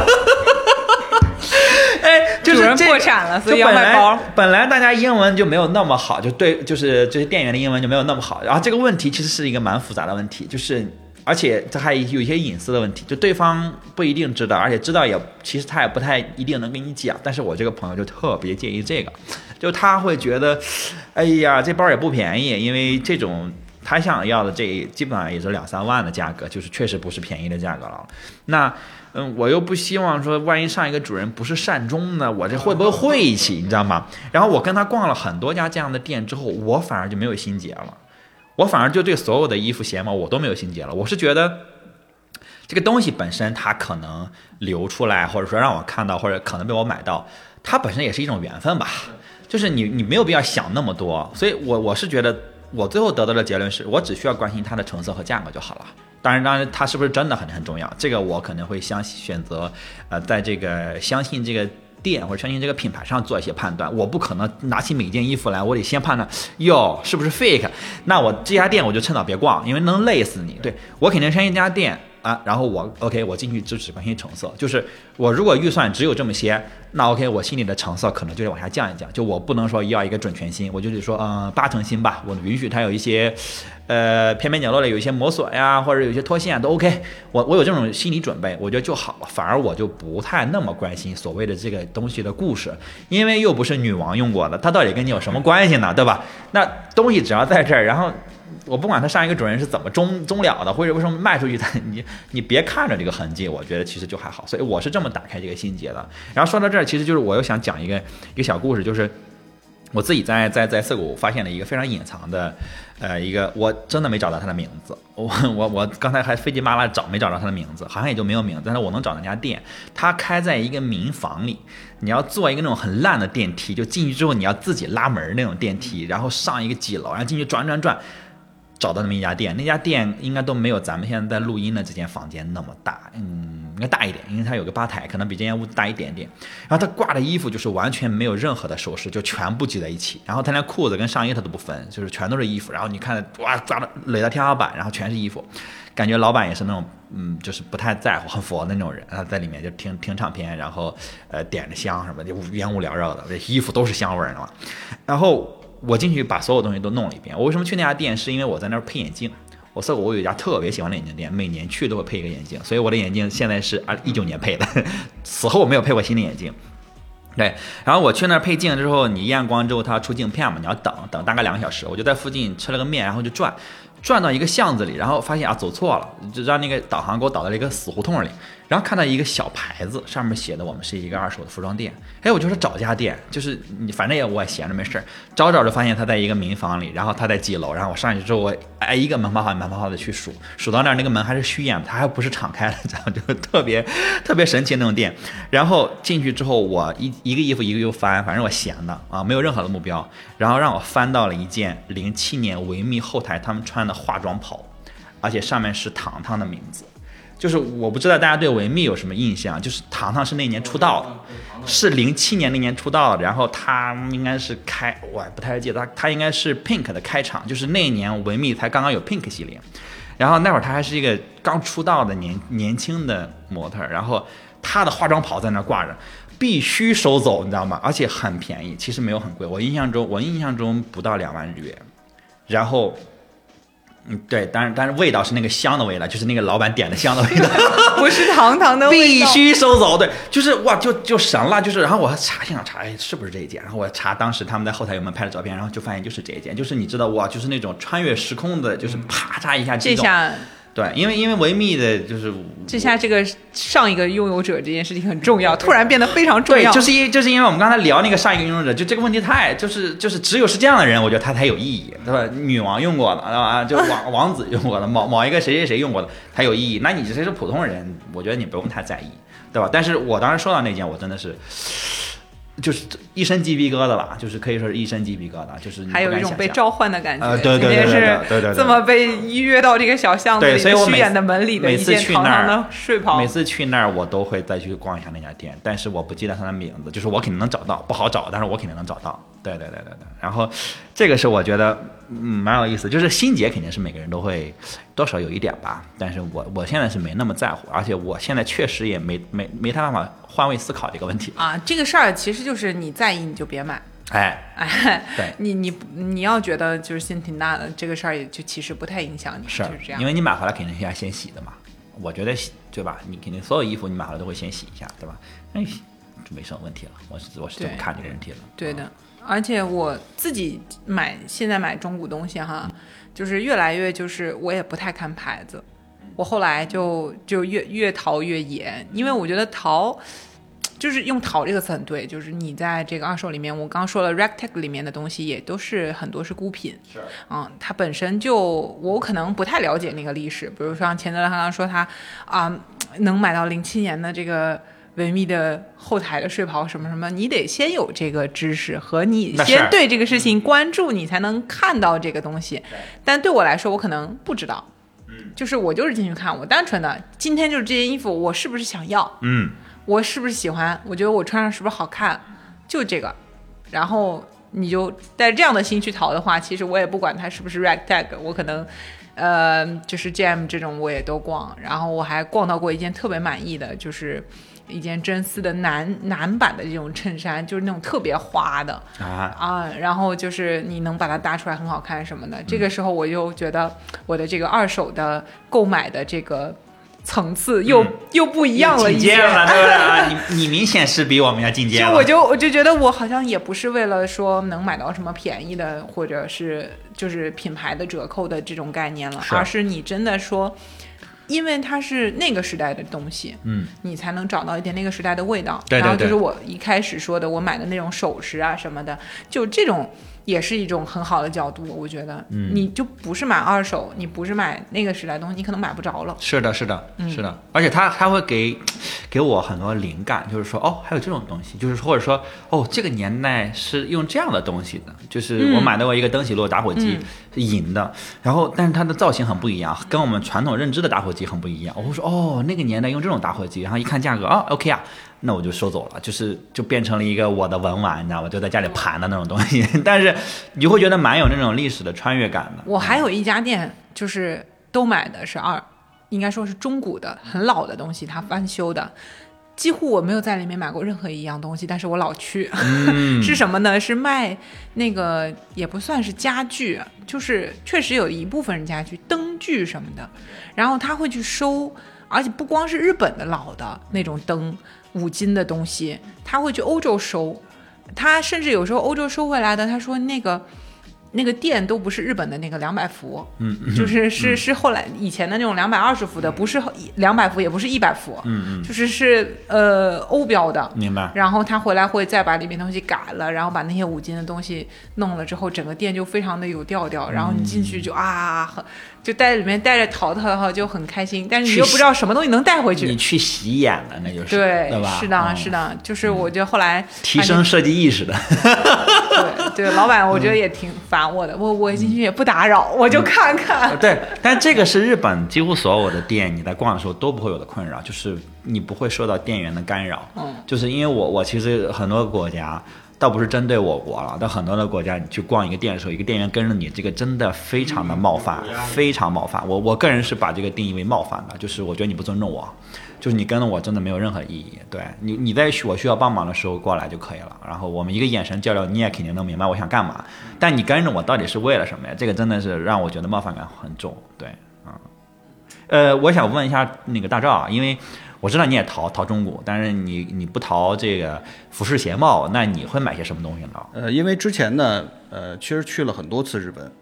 哎，就是主人破产了，所以要卖包。 本来大家英文就没有那么好，就对，就是这些店员的英文就没有那么好。然后这个问题其实是一个蛮复杂的问题，就是而且这还有一些隐私的问题，就对方不一定知道，而且知道也其实他也不太一定能跟你讲。但是我这个朋友就特别介意这个，就他会觉得，哎呀，这包也不便宜，因为这种。他想要的这基本上也是两三万的价格，就是确实不是便宜的价格了。那嗯，我又不希望说，万一上一个主人不是善终呢，我这会不会晦气，你知道吗？然后我跟他逛了很多家这样的店之后，我反而就没有心结了，我反而就对所有的衣服鞋帽我都没有心结了。我是觉得这个东西本身它可能流出来，或者说让我看到，或者可能被我买到，它本身也是一种缘分吧。就是你你没有必要想那么多，所以我我是觉得。我最后得到的结论是我只需要关心它的成色和价格就好了。当然，当然，它是不是真的很很重要，这个我可能会相选择，呃，在这个相信这个店或者相信这个品牌上做一些判断。我不可能拿起每件衣服来，我得先判断，哟，是不是 fake？ 那我这家店我就趁早别逛，因为能累死你。对，我肯定相信这家店。啊，然后我 OK， 我进去就只关心成色，就是我如果预算只有这么些，那 OK， 我心里的成色可能就得往下降一降，就我不能说要一个准全新，我就得说嗯八成新吧，我允许它有一些呃偏边角落里有一些磨损呀，或者有一些脱线都 OK， 我我有这种心理准备，我觉得就好了，反而我就不太那么关心所谓的这个东西的故事，因为又不是女王用过的，它到底跟你有什么关系呢，对吧？那东西只要在这儿，然后。我不管他上一个主人是怎么终终了的，或者为什么卖出去的，你你别看着这个痕迹，我觉得其实就还好。所以我是这么打开这个心结的。然后说到这儿，其实就是我又想讲一个一个小故事，就是我自己在在在涩谷发现了一个非常隐藏的，呃，一个我真的没找到他的名字。我我我刚才还费劲巴拉找没找到他的名字，好像也就没有名字。但是我能找那家店，他开在一个民房里。你要坐一个那种很烂的电梯，就进去之后你要自己拉门那种电梯，然后上一个几楼，然后进去转转转。找到那么一家店，那家店应该都没有咱们现在在录音的这间房间那么大，嗯，应该大一点，因为它有个吧台，可能比这间屋子大一点点。然后他挂的衣服就是完全没有任何的首饰，就全部挤在一起。然后他连裤子跟上衣他都不分，就是全都是衣服。然后你看，哇，抓的垒到天花板，然后全是衣服，感觉老板也是那种，嗯，就是不太在乎、很佛的那种人。然后在里面就听听唱片，然后呃点着香什么的，烟雾缭绕的，这衣服都是香味儿的嘛。然后。我进去把所有东西都弄了一遍。我为什么去那家店？是因为我在那儿配眼镜。我涩谷我有一家特别喜欢的眼镜店，每年去都会配一个眼镜，所以我的眼镜现在是啊一九年配的，此后我没有配过新的眼镜。对，然后我去那儿配镜之后，你验光之后它要出镜片嘛，你要等等大概两个小时。我就在附近吃了个面，然后就转转到一个巷子里，然后发现啊走错了，就让那个导航给我导到了一个死胡同里。然后看到一个小牌子，上面写的我们是一个二手的服装店。哎，我就说找家店，就是你反正也我也闲着没事儿，找找就发现他在一个民房里，然后他在几楼，然后我上去之后，我挨一个门牌号门牌号的去数，数到那儿那个门还是虚掩，它还不是敞开的，这样就特别特别神奇那种店。然后进去之后，我一一个衣服一个衣服翻，反正我闲的啊，没有任何的目标，然后让我翻到了一件零七年维密后台他们穿的化妆袍，而且上面是糖糖的名字。就是我不知道大家对维密有什么印象，就是糖糖是那年出道的，是零七年那年出道的，然后他应该是开，我不太记得他，他应该是 Pink 的开场，就是那一年维密才刚刚有 Pink 系列，然后那会儿他还是一个刚出道的年年轻的模特，然后他的化妆袍在那挂着，必须收走，你知道吗？而且很便宜，其实没有很贵，我印象中我印象中不到两万日元，然后。嗯，对，但是但是味道是那个香的味道，就是那个老板点的香的味道， 不是糖糖的味道， 必须收走。对，就是哇，就就神了，就是。然后我还查，现场查，哎，是不是这一件？然后我查当时他们在后台有没有拍的照片，然后就发现就是这一件，就是你知道哇，就是那种穿越时空的，就是啪嚓一下这下对，因为因为维密的就是这下这个上一个拥有者这件事情很重要，突然变得非常重要。 对，就是因就是因为我们刚才聊那个上一个拥有者，就这个问题太就是就是只有是这样的人，我觉得他才有意义，对吧？女王用过的，对吧？就王王子用过的，某某一个谁谁谁用过的才有意义。那你这是普通人，我觉得你不用太在意，对吧？但是我当时说到那件，我真的是。就是一身鸡皮疙瘩了，就是可以说是一身鸡皮疙瘩，就是还有一种被召唤的感觉。 呃，对对对对对对， 这么被预约到这个小巷子里， 所以我虚掩的门里的一件堂堂的睡袍。 每次去那儿，我都会再去逛一下那家店，但是我不记得它的名字，就是我肯定能找到，不好找，但是我肯定能找到。对对对对对。然后这个是我觉得嗯蛮有意思，就是心结肯定是每个人都会多少有一点吧，但是我我现在是没那么在乎，而且我现在确实也没没没太办法换位思考这个问题啊。这个事儿其实就是你在意你就别买。 哎哎， 对， 你你你要觉得就是心挺大的，这个事儿也就其实不太影响你， 是就是这样。 因为你买回来肯定是要先洗的嘛，我觉得对吧？你肯定所有衣服你买回来都会先洗一下，对吧？哎，就没什么问题了，我是我是这么看这个问题的。 对的，而且我自己买现在买中古东西哈，就是越来越就是我也不太看牌子，我后来就就越越淘越严，因为我觉得淘。就是用淘这个词很对，就是你在这个二手里面，我刚刚说了 Ragtag 里面的东西也都是很多是孤品， 是， 嗯，它本身就我可能不太了解那个历史，比如说像钱德勒刚刚说他啊、呃、能买到零七年的这个维密的后台的睡袍什么什么，你得先有这个知识和你先对这个事情关注，你才能看到这个东西。但对我来说，我可能不知道，就是我就是进去看，我单纯的今天就是这件衣服，我是不是想要？ 嗯。 我是不是喜欢？我觉得我穿上是不是好看？就这个，然后你就带这样的心去淘的话，其实我也不管它是不是 Ragtag， 我可能，呃，就是 G M 这种我也都逛，然后我还逛到过一件特别满意的，就是一件真丝的男男版的这种衬衫，就是那种特别花的啊啊，然后就是你能把它搭出来很好看什么的。这个时候我就觉得我的这个二手的购买的这个。层次又、嗯、又不一样了一些， 了对不对啊？你你明显是比我们要进阶了。 就我就我就觉得我好像也不是为了说能买到什么便宜的，或者是就是品牌的折扣的这种概念了， 是而是你真的说，因为它是那个时代的东西， 嗯， 你才能找到一点那个时代的味道。 对对对， 然后就是我一开始说的，我买的那种首饰啊什么的，就这种。也是一种很好的角度，我觉得， 嗯， 你就不是买二手，你不是买那个时代的东西，你可能买不着了。 是的，是的，是的，嗯、而且他他会给给我很多灵感，就是说，哦，还有这种东西，就是或者说，哦，这个年代是用这样的东西的，就是我买到过一个登喜路打火机， 嗯、 是银的，然后但是它的造型很不一样，跟我们传统认知的打火机很不一样。我会说，哦，那个年代用这种打火机，然后一看价格，哦 ，OK 啊。那我就收走了，就是就变成了一个我的文玩，你知道吗？就在家里盘的那种东西，但是你就会觉得蛮有那种历史的穿越感的。 我还有一家店，就是都买的是二，应该说是中古的，很老的东西，它翻修的。几乎我没有在里面买过任何一样东西，但是我老去。 嗯、 是什么呢？是卖那个也不算是家具，就是确实有一部分人家具，灯具什么的，然后他会去收，而且不光是日本的老的那种灯。五金的东西他会去欧洲收，他甚至有时候欧洲收回来的，他说那个那个店都不是日本的那个两百伏， 嗯， 就是是、 嗯、 是后来以前的那种两百二十伏的，不是两百伏，也不是一百伏， 嗯嗯， 就是是呃欧标的， 明白。 然后他回来会再把里面东西改了，然后把那些五金的东西弄了之后，整个店就非常的有调调，然后你进去就、嗯、啊。就在里面带着淘淘淘就很开心，但是你又不知道什么东西能带回去。 你去洗眼了，那就是对， 对吧？ 是的， 嗯、 是的，就是我觉得后来提升设计意识的。 对对，老板我觉得也挺烦我的，我我进去也不打扰，嗯、我就看看。 对，但这个是日本几乎所有的店，你在逛的时候都不会有的困扰，就是你不会受到店员的干扰。 嗯， 就是因为我我其实很多国家。倒不是针对我国了，但很多的国家，你去逛一个店的时候，一个店员跟着你，这个真的非常的冒犯，嗯、非常冒犯。我我个人是把这个定义为冒犯的，就是我觉得你不尊重我，就是你跟着我真的没有任何意义。对你，你在我需要帮忙的时候过来就可以了，然后我们一个眼神交流，你也肯定能明白我想干嘛。但你跟着我到底是为了什么呀？这个真的是让我觉得冒犯感很重。对，嗯，呃，我想问一下那个大赵啊，因为。我知道你也淘淘中古，但是你你不淘这个服饰鞋帽，那你会买些什么东西呢？ 呃，因为之前呢，呃，其实去了很多次日本，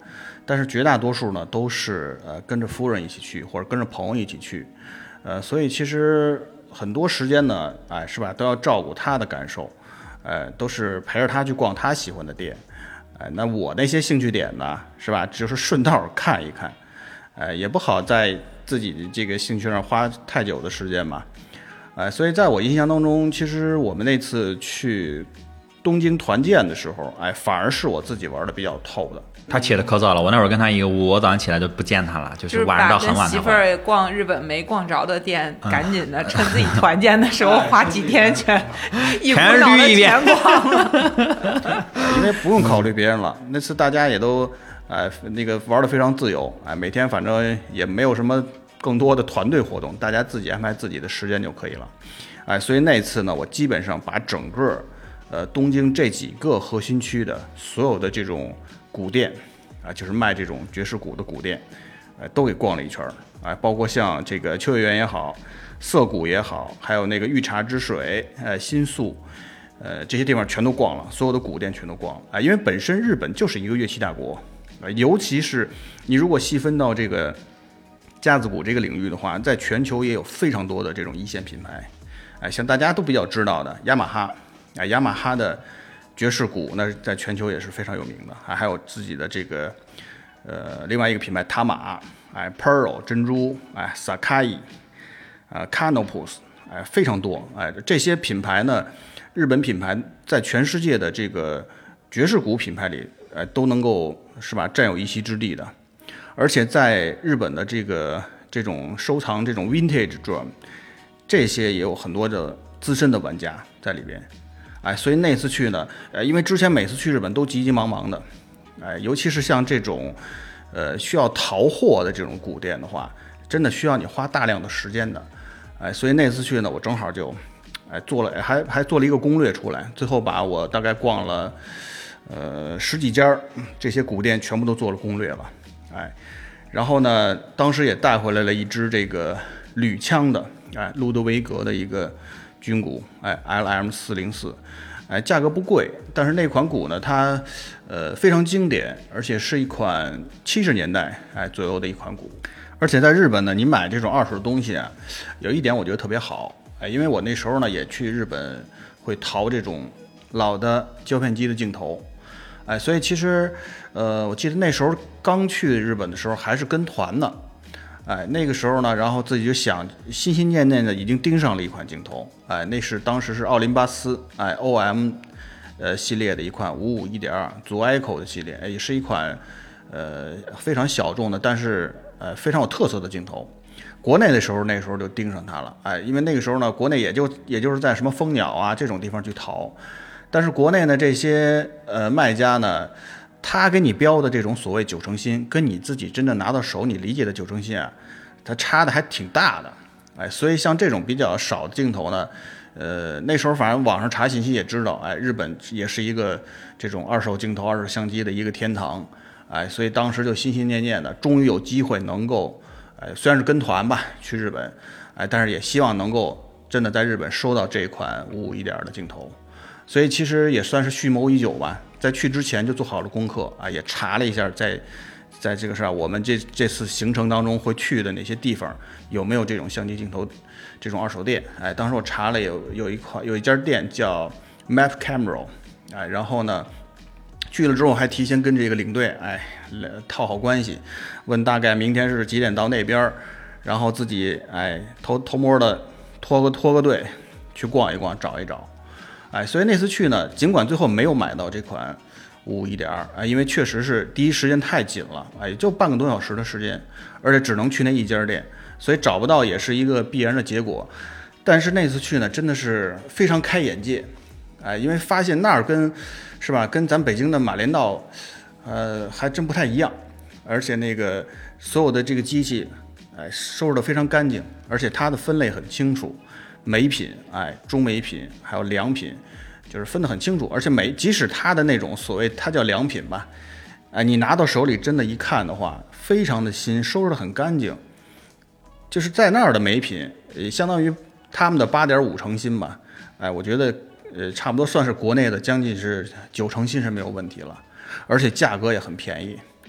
但是绝大多数呢都是呃跟着夫人一起去，或者跟着朋友一起去，呃，所以其实很多时间呢，哎，是吧，都要照顾他的感受，呃，都是陪着他去逛他喜欢的店，哎，那我那些兴趣点呢，是吧，只是顺道看一看，哎，也不好在自己的这个兴趣上花太久的时间嘛，哎，所以在我印象当中，其实我们那次去东京团建的时候，哎，反而是我自己玩的比较透的。 他起的可早了，我那会儿跟他一个屋，我早上起来就不见他了，就就是晚上到很晚才把跟媳妇儿逛日本没逛着的店，嗯、赶紧的趁自己团建的时候花几天全一股脑的全逛了。 因为不用考虑别人了，那次大家也都哎那个玩的非常自由，哎，每天反正也没有什么更多的团队活动，大家自己安排自己的时间就可以了，哎，所以那次呢，我基本上把整个呃东京这几个核心区的所有的这种古店啊，就是卖这种爵士鼓的古店，呃，都给逛了一圈儿，啊，包括像这个秋叶原也好，涩谷也好，还有那个御茶之水，呃，新宿，呃，这些地方全都逛了，所有的古店全都逛了，啊，因为本身日本就是一个乐器大国，啊，尤其是你如果细分到这个架子鼓这个领域的话，在全球也有非常多的这种一线品牌，哎，像大家都比较知道的雅马哈，啊，雅马哈的爵士鼓那在全球也是非常有名的，还还有自己的这个呃另外一个品牌塔玛，哎 Pearl 珍珠，哎 Sakai， 啊 Canopus， 哎非常多，哎这些品牌呢，日本品牌在全世界的这个爵士鼓品牌里，哎都能够是吧占有一席之地的，而且在日本的这个这种收藏这种 vintage drum， 这些也有很多的资深的玩家在里边。哎，所以那次去呢，呃，因为之前每次去日本都急急忙忙的，哎，尤其是像这种，呃，需要淘货的这种古店的话，真的需要你花大量的时间的，哎，所以那次去呢，我正好就，哎，做了，还还做了一个攻略出来，最后把我大概逛了，呃，十几家这些古店全部都做了攻略了，哎，然后呢，当时也带回来了一支这个铝枪的，哎，路德维格的一个军鼓，哎 ，L M 四零四，哎，价格不贵，但是那款鼓呢，它呃非常经典，而且是一款七十年代哎左右的一款鼓，而且在日本呢，你买这种二手的东西啊，有一点我觉得特别好，哎，因为我那时候呢也去日本会淘这种老的胶片机的镜头，哎，所以其实呃我记得那时候刚去日本的时候还是跟团呢。哎，那个时候呢，然后自己就想，心心念念的已经盯上了一款镜头，哎，那是当时是奥林巴斯，哎 ，O M， 呃系列的一款五五一点二左 Echo 的系列，哎，也是一款呃非常小众的，但是呃非常有特色的镜头。国内的时候，那个时候就盯上它了，哎，因为那个时候呢，国内也就也就是在什么蜂鸟啊这种地方去淘，但是国内呢这些呃卖家呢。他给你标的这种所谓九成新，跟你自己真正拿到手你理解的九成新啊，它差的还挺大的，哎，所以像这种比较少的镜头呢，呃，那时候反正网上查信息也知道，哎，日本也是一个这种二手镜头、二手相机的一个天堂，哎，所以当时就心心念念的，终于有机会能够，哎，虽然是跟团吧去日本，哎，但是也希望能够真的在日本收到这款五五一点的镜头，所以其实也算是蓄谋已久吧。在去之前就做好了功课啊，也查了一下在，在这个是我们这这次行程当中会去的哪些地方有没有这种相机镜头这种二手店。哎，当时我查了有有一款有一家店叫 Map Camera， 哎，然后呢去了之后还提前跟这个领队哎套好关系，问大概明天是几点到那边，然后自己哎偷偷摸的拖个拖个队去逛一逛找一找。哎，所以那次去呢，尽管最后没有买到这款五五一点二，哎，因为确实是第一时间太紧了，哎，就半个多小时的时间，而且只能去那一家店，所以找不到也是一个必然的结果。但是那次去呢，真的是非常开眼界，哎，因为发现那儿跟是吧，跟咱北京的马连道，呃，还真不太一样，而且那个所有的这个机器，哎，收拾得非常干净，而且它的分类很清楚。美品，哎，中美品，还有良品，就是分得很清楚。而且每即使它的那种所谓它叫良品吧，哎，你拿到手里真的一看的话，非常的新，收拾得很干净。就是在那儿的美品，也相当于他们的八点五成新吧，哎，我觉得呃差不多算是国内的将近是九成新是没有问题了，而且价格也很便宜，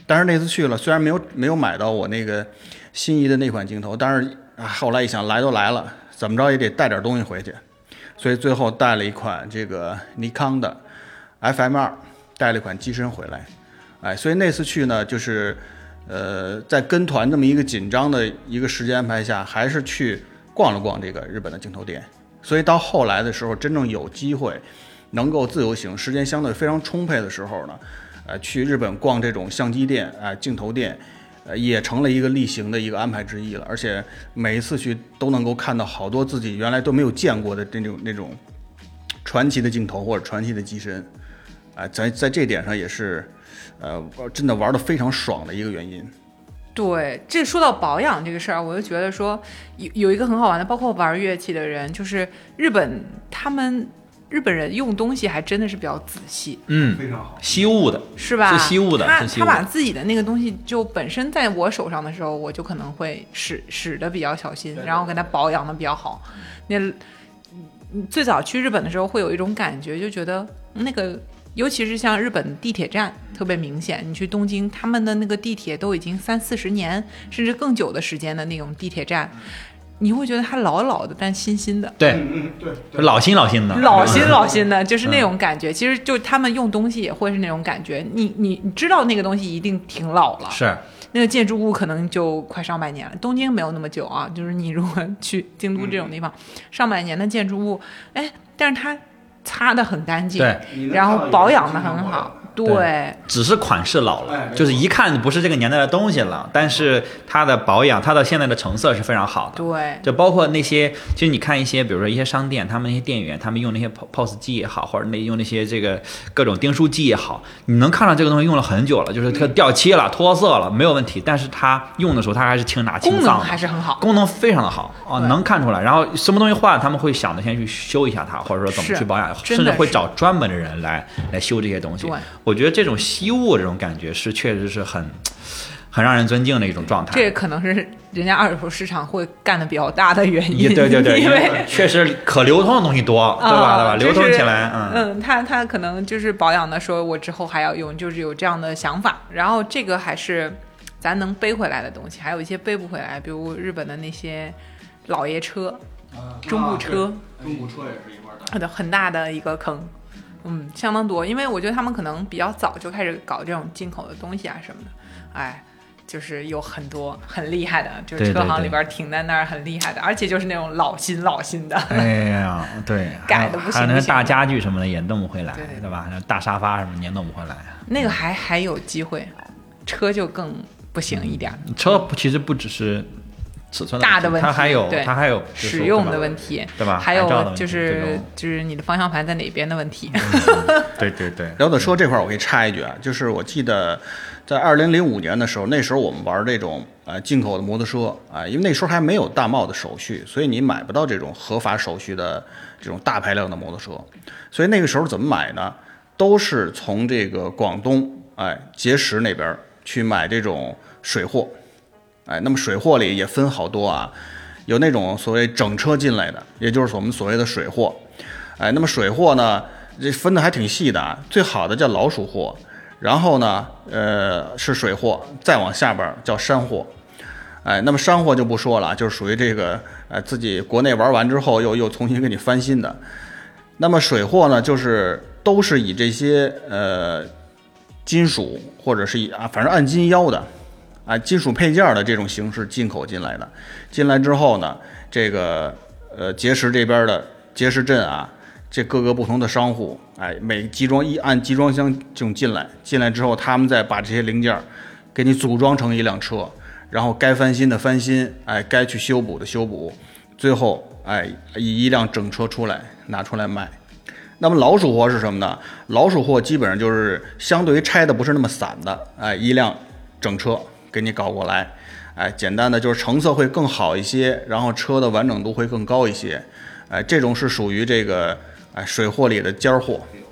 但是那次去了，虽然没有没有买到我那个心仪的那款镜头，但是啊，后来一想，来都来了，怎么着也得带点东西回去，所以最后带了一款这个尼康的 F M 二，带了一款机身回来。哎，所以那次去呢，就是呃，在跟团这么一个紧张的一个时间安排下，还是去逛了逛这个日本的镜头店。所以到后来的时候，真正有机会能够自由行，时间相对非常充沛的时候呢，呃，去日本逛这种相机店啊、呃、镜头店，呃，也成了一个例行的一个安排之一了。而且每一次去都能够看到好多自己原来都没有见过的那种那种传奇的镜头或者传奇的机身，啊、呃，在在这点上也是，呃，真的玩得非常爽的一个原因。 对，这说到保养这个事儿，我就觉得说有有一个很好玩的，包括玩乐器的人，就是日本他们。日本人用东西还真的是比较仔细， 嗯， 非常好， 惜物的， 是吧？ 是惜物的， 他是惜物的。 他把自己的那个东西，就本身在我手上的时候，我就可能会使使的比较小心，然后给它保养的比较好。那最早去日本的时候，会有一种感觉，就觉得那个，尤其是像日本地铁站特别明显。你去东京，他们的那个地铁都已经三四十年甚至更久的时间的那种地铁站。你会觉得它老老的，但新新的， 对， 嗯对对， 老新老新的， 老新老新的，就是那种感觉。其实就他们用东西也会是那种感觉，你你你知道那个东西一定挺老了， 是那个建筑物可能就快上百年了。东京没有那么久啊，就是你如果去京都这种地方，嗯、上百年的建筑物，哎，但是它擦得很干净， 对， 然后保养得很好。对， 只是款式老了，就是一看不是这个年代的东西了，但是它的保养，它的现在的成色是非常好的。 对， 就包括那些，其实你看一些，比如说一些商店，他们那些店员，他们用那些 P O S 机也好，或者那用那些这个各种订书机也好，你能看到这个东西用了很久了，就是它掉漆了、脱色了，没有问题，但是它用的时候它还是轻拿轻放的， 功能还是很好， 功能非常的好啊，能看出来。然后什么东西坏了，他们会想着先去修一下它，或者说怎么去保养，甚至会找专门的人来来修这些东西。 对， 我觉得这种惜物这种感觉是确实是很很让人尊敬的一种状态。 这可能是人家二手市场会干的比较大的原因。 对对对， 因为确实可流通的东西多，对吧？对吧？流通起来， 嗯嗯，他他可能就是保养的，说我之后还要用，就是有这样的想法。然后这个还是咱能背回来的东西，还有一些背不回来，比如日本的那些老爷车、中古车， 中古车也是一块大的很大的一个坑。嗯，相当多，因为我觉得他们可能比较早就开始搞这种进口的东西啊什么的，哎，就是有很多很厉害的，就是车行里边停在那儿很厉害的，而且就是那种老新老新的。 哎呀，对， 改的不行不行， 还有那大家具什么的也弄不回来， 对 对, 对吧？大沙发什么也弄不回来。 那个还还有机会，车就更不行一点。 嗯、车其实不只是尺寸大的问题， 它还有它还有使用的问题， 对吧？ 还有就是就是你的方向盘在哪边的问题。 嗯、对对对。 聊到车这块儿，我可以插一句啊，就是我记得在二零零五年的时候，那时候我们玩这种呃进口的摩托车啊、呃，因为那时候还没有大贸的手续，所以你买不到这种合法手续的这种大排量的摩托车，所以那个时候怎么买呢？都是从这个广东哎碣石那边去买这种水货。哎，那么水货里也分好多啊，有那种所谓整车进来的，也就是我们所谓的水货。哎，那么水货呢，这分的还挺细的啊。最好的叫老鼠货，然后呢，呃，是水货，再往下边叫山货。哎，那么山货就不说了，就是属于这个，呃，自己国内玩完之后又又重新给你翻新的。那么水货呢，就是都是以这些呃金属或者是以啊，反正按斤腰的。啊，金属配件的这种形式进口进来的，进来之后呢，这个呃碣石这边的碣石镇啊，这各个不同的商户，哎，每集装一按集装箱这种进来，进来之后，他们再把这些零件给你组装成一辆车，然后该翻新的翻新，哎，该去修补的修补，最后哎以一辆整车出来拿出来卖。那么老鼠货是什么呢？老鼠货基本上就是相对于拆的不是那么散的，哎，一辆整车。给你搞过来，哎，简单的就是成色会更好一些，然后车的完整度会更高一些，哎，这种是属于这个哎水货里的尖货，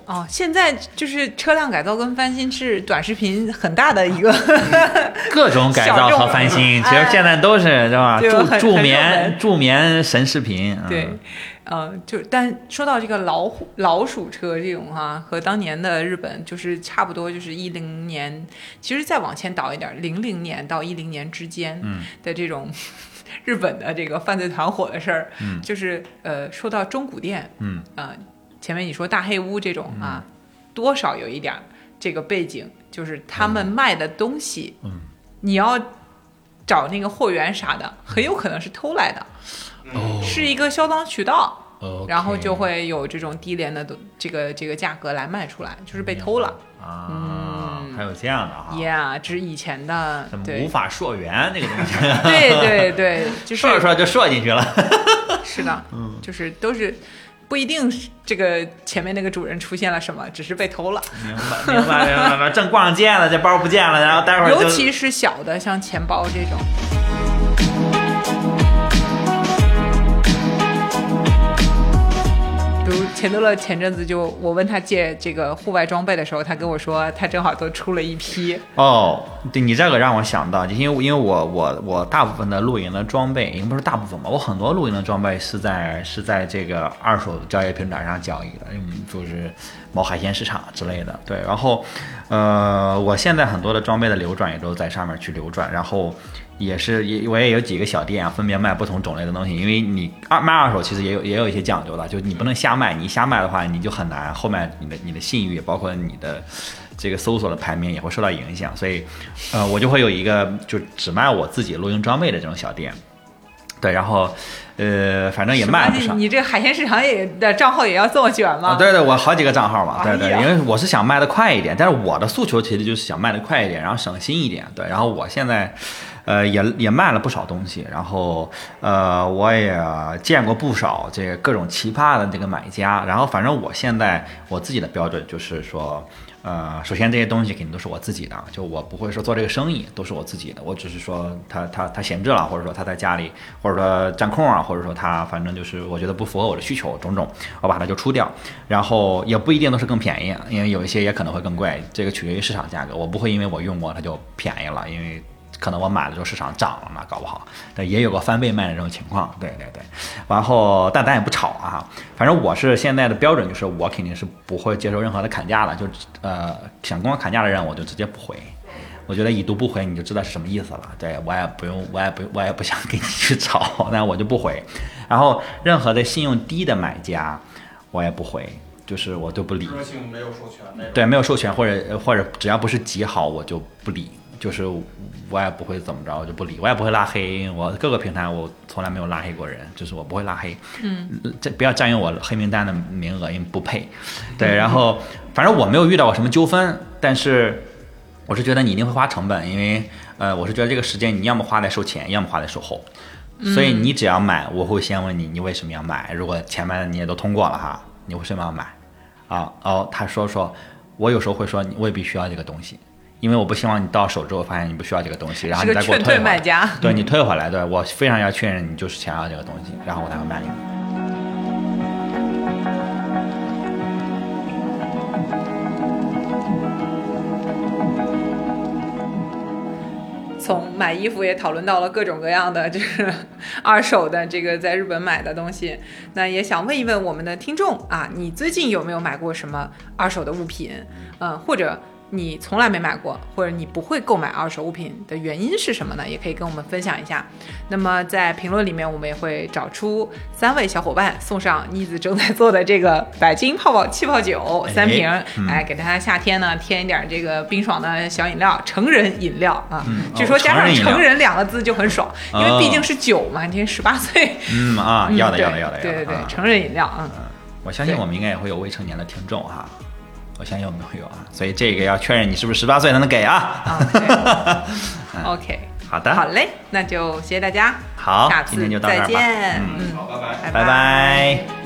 哦，现在就是车辆改造跟翻新是短视频很大的一个各种改造和翻新，其实现在都是是吧？助助眠助眠神视频。 对，嗯、呃，就但说到这个老虎老鼠车这种哈、啊，和当年的日本就是差不多，就是一零年，其实再往前倒一点，零零年到一零年之间的这种。嗯日本的这个犯罪团伙的事儿， 嗯， 就是呃，说到中古店， 嗯啊、呃，前面你说大黑屋这种啊，嗯、多少有一点这个背景，就是他们卖的东西， 嗯， 你要找那个货源啥的，很有可能是偷来的， 哦， 是一个销赃渠道， 哦， 然后就会有这种低廉的这个这个价格来卖出来，就是被偷了。 啊， 嗯， 还有这样的哈 ，Yeah， 这是以前的，对， 无法溯源这个东西， 对对对，就是说着说着就说进去了， 是的，嗯，就是都是不一定这个前面那个主人出现了什么，只是被偷了， 明白明白明白，正逛街了，这包不见了，然后待会儿尤其是小的，像钱包这种。比如钱德勒前阵子就我问他借这个户外装备的时候，他跟我说他正好都出了一批。 哦，对你这个让我想到，因为因为我我我大部分的露营的装备，也不是大部分吧，我很多露营的装备是在是在这个二手交易平台上交易的，嗯，就是某海鲜市场之类的。对，然后呃，我现在很多的装备的流转也都在上面去流转，然后。也是，也我也有几个小店啊，分别卖不同种类的东西。因为你二卖二手，其实也有也有一些讲究的，就你不能瞎卖，你瞎卖的话，你就很难后面你的你的信誉，包括你的这个搜索的排名也会受到影响。所以，呃，我就会有一个就只卖我自己露营装备的这种小店。对，然后，呃，反正也卖不少。 你这个海鲜市场也的账号也要这么卷吗？ 啊、对对，我好几个账号嘛，对对， 哎、 因为我是想卖的快一点，但是我的诉求其实就是想卖的快一点，然后省心一点。对，然后我现在。呃，也也卖了不少东西，然后呃，我也见过不少这个各种奇葩的这个买家，然后反正我现在我自己的标准就是说，呃，首先这些东西肯定都是我自己的，就我不会说做这个生意都是我自己的，我只是说他他他闲置了，或者说他在家里，或者说占空啊，或者说他反正就是我觉得不符合我的需求种种，我把它就出掉，然后也不一定都是更便宜，因为有一些也可能会更贵，这个取决于市场价格，我不会因为我用过它就便宜了，因为。可能我买的时候市场涨了嘛，搞不好，但也有个翻倍卖的这种情况，对对对。然后，但咱也不炒啊，反正我是现在的标准就是，我肯定是不会接受任何的砍价的，就呃想跟我砍价的人，我就直接不回。我觉得已读不回，你就知道是什么意思了。对我也不用，我也不，我也不想跟你去吵，那我就不回。然后，任何的信用低的买家，我也不回。就是我都不理。 没有授权那种。 对，没有授权或者或者只要不是极好，我就不理。就是我也不会怎么着，我就不理，我也不会拉黑。我各个平台我从来没有拉黑过人，就是我不会拉黑。 嗯， 这不要占用我黑名单的名额，因为不配。对，然后反正我没有遇到过什么纠纷，但是我是觉得你一定会花成本，因为呃，我是觉得这个时间你要么花在售前，要么花在售后。所以你只要买，我会先问你，你为什么要买？如果前面你也都通过了哈，你为什么要买？啊哦，他说说，我有时候会说，我也必须要这个东西。因为我不希望你到手之后发现你不需要这个东西，然后你再给我退回来。 是个劝退卖家。 对，你退回来，对，我非常要确认你就是想要这个东西，然后我才会卖给你。 从买衣服也讨论到了各种各样的就是二手的这个在日本买的东西，那也想问一问我们的听众啊，你最近有没有买过什么二手的物品？嗯，或者你从来没买过，或者你不会购买二手物品的原因是什么呢？也可以跟我们分享一下。那么在评论里面，我们也会找出三位小伙伴送上妮子正在做的这个百金泡泡气泡酒三瓶，哎、嗯哎，给大家夏天呢添一点这个冰爽的小饮料，成人饮料啊。嗯、据说加上成人两个字就很爽，哦、因为毕竟是酒嘛，你十八岁。 嗯啊，要的要的要的。 对对对，成人饮料啊、嗯。 我相信我们应该也会有未成年的听众哈。我相信我们会有啊，所以这个要确认你是不是十八岁才能给啊。 OK，, okay. 好的， 好嘞，那就谢谢大家， 好， 下次今天就到这儿吧。 再见， 嗯， 好，拜拜， 拜拜。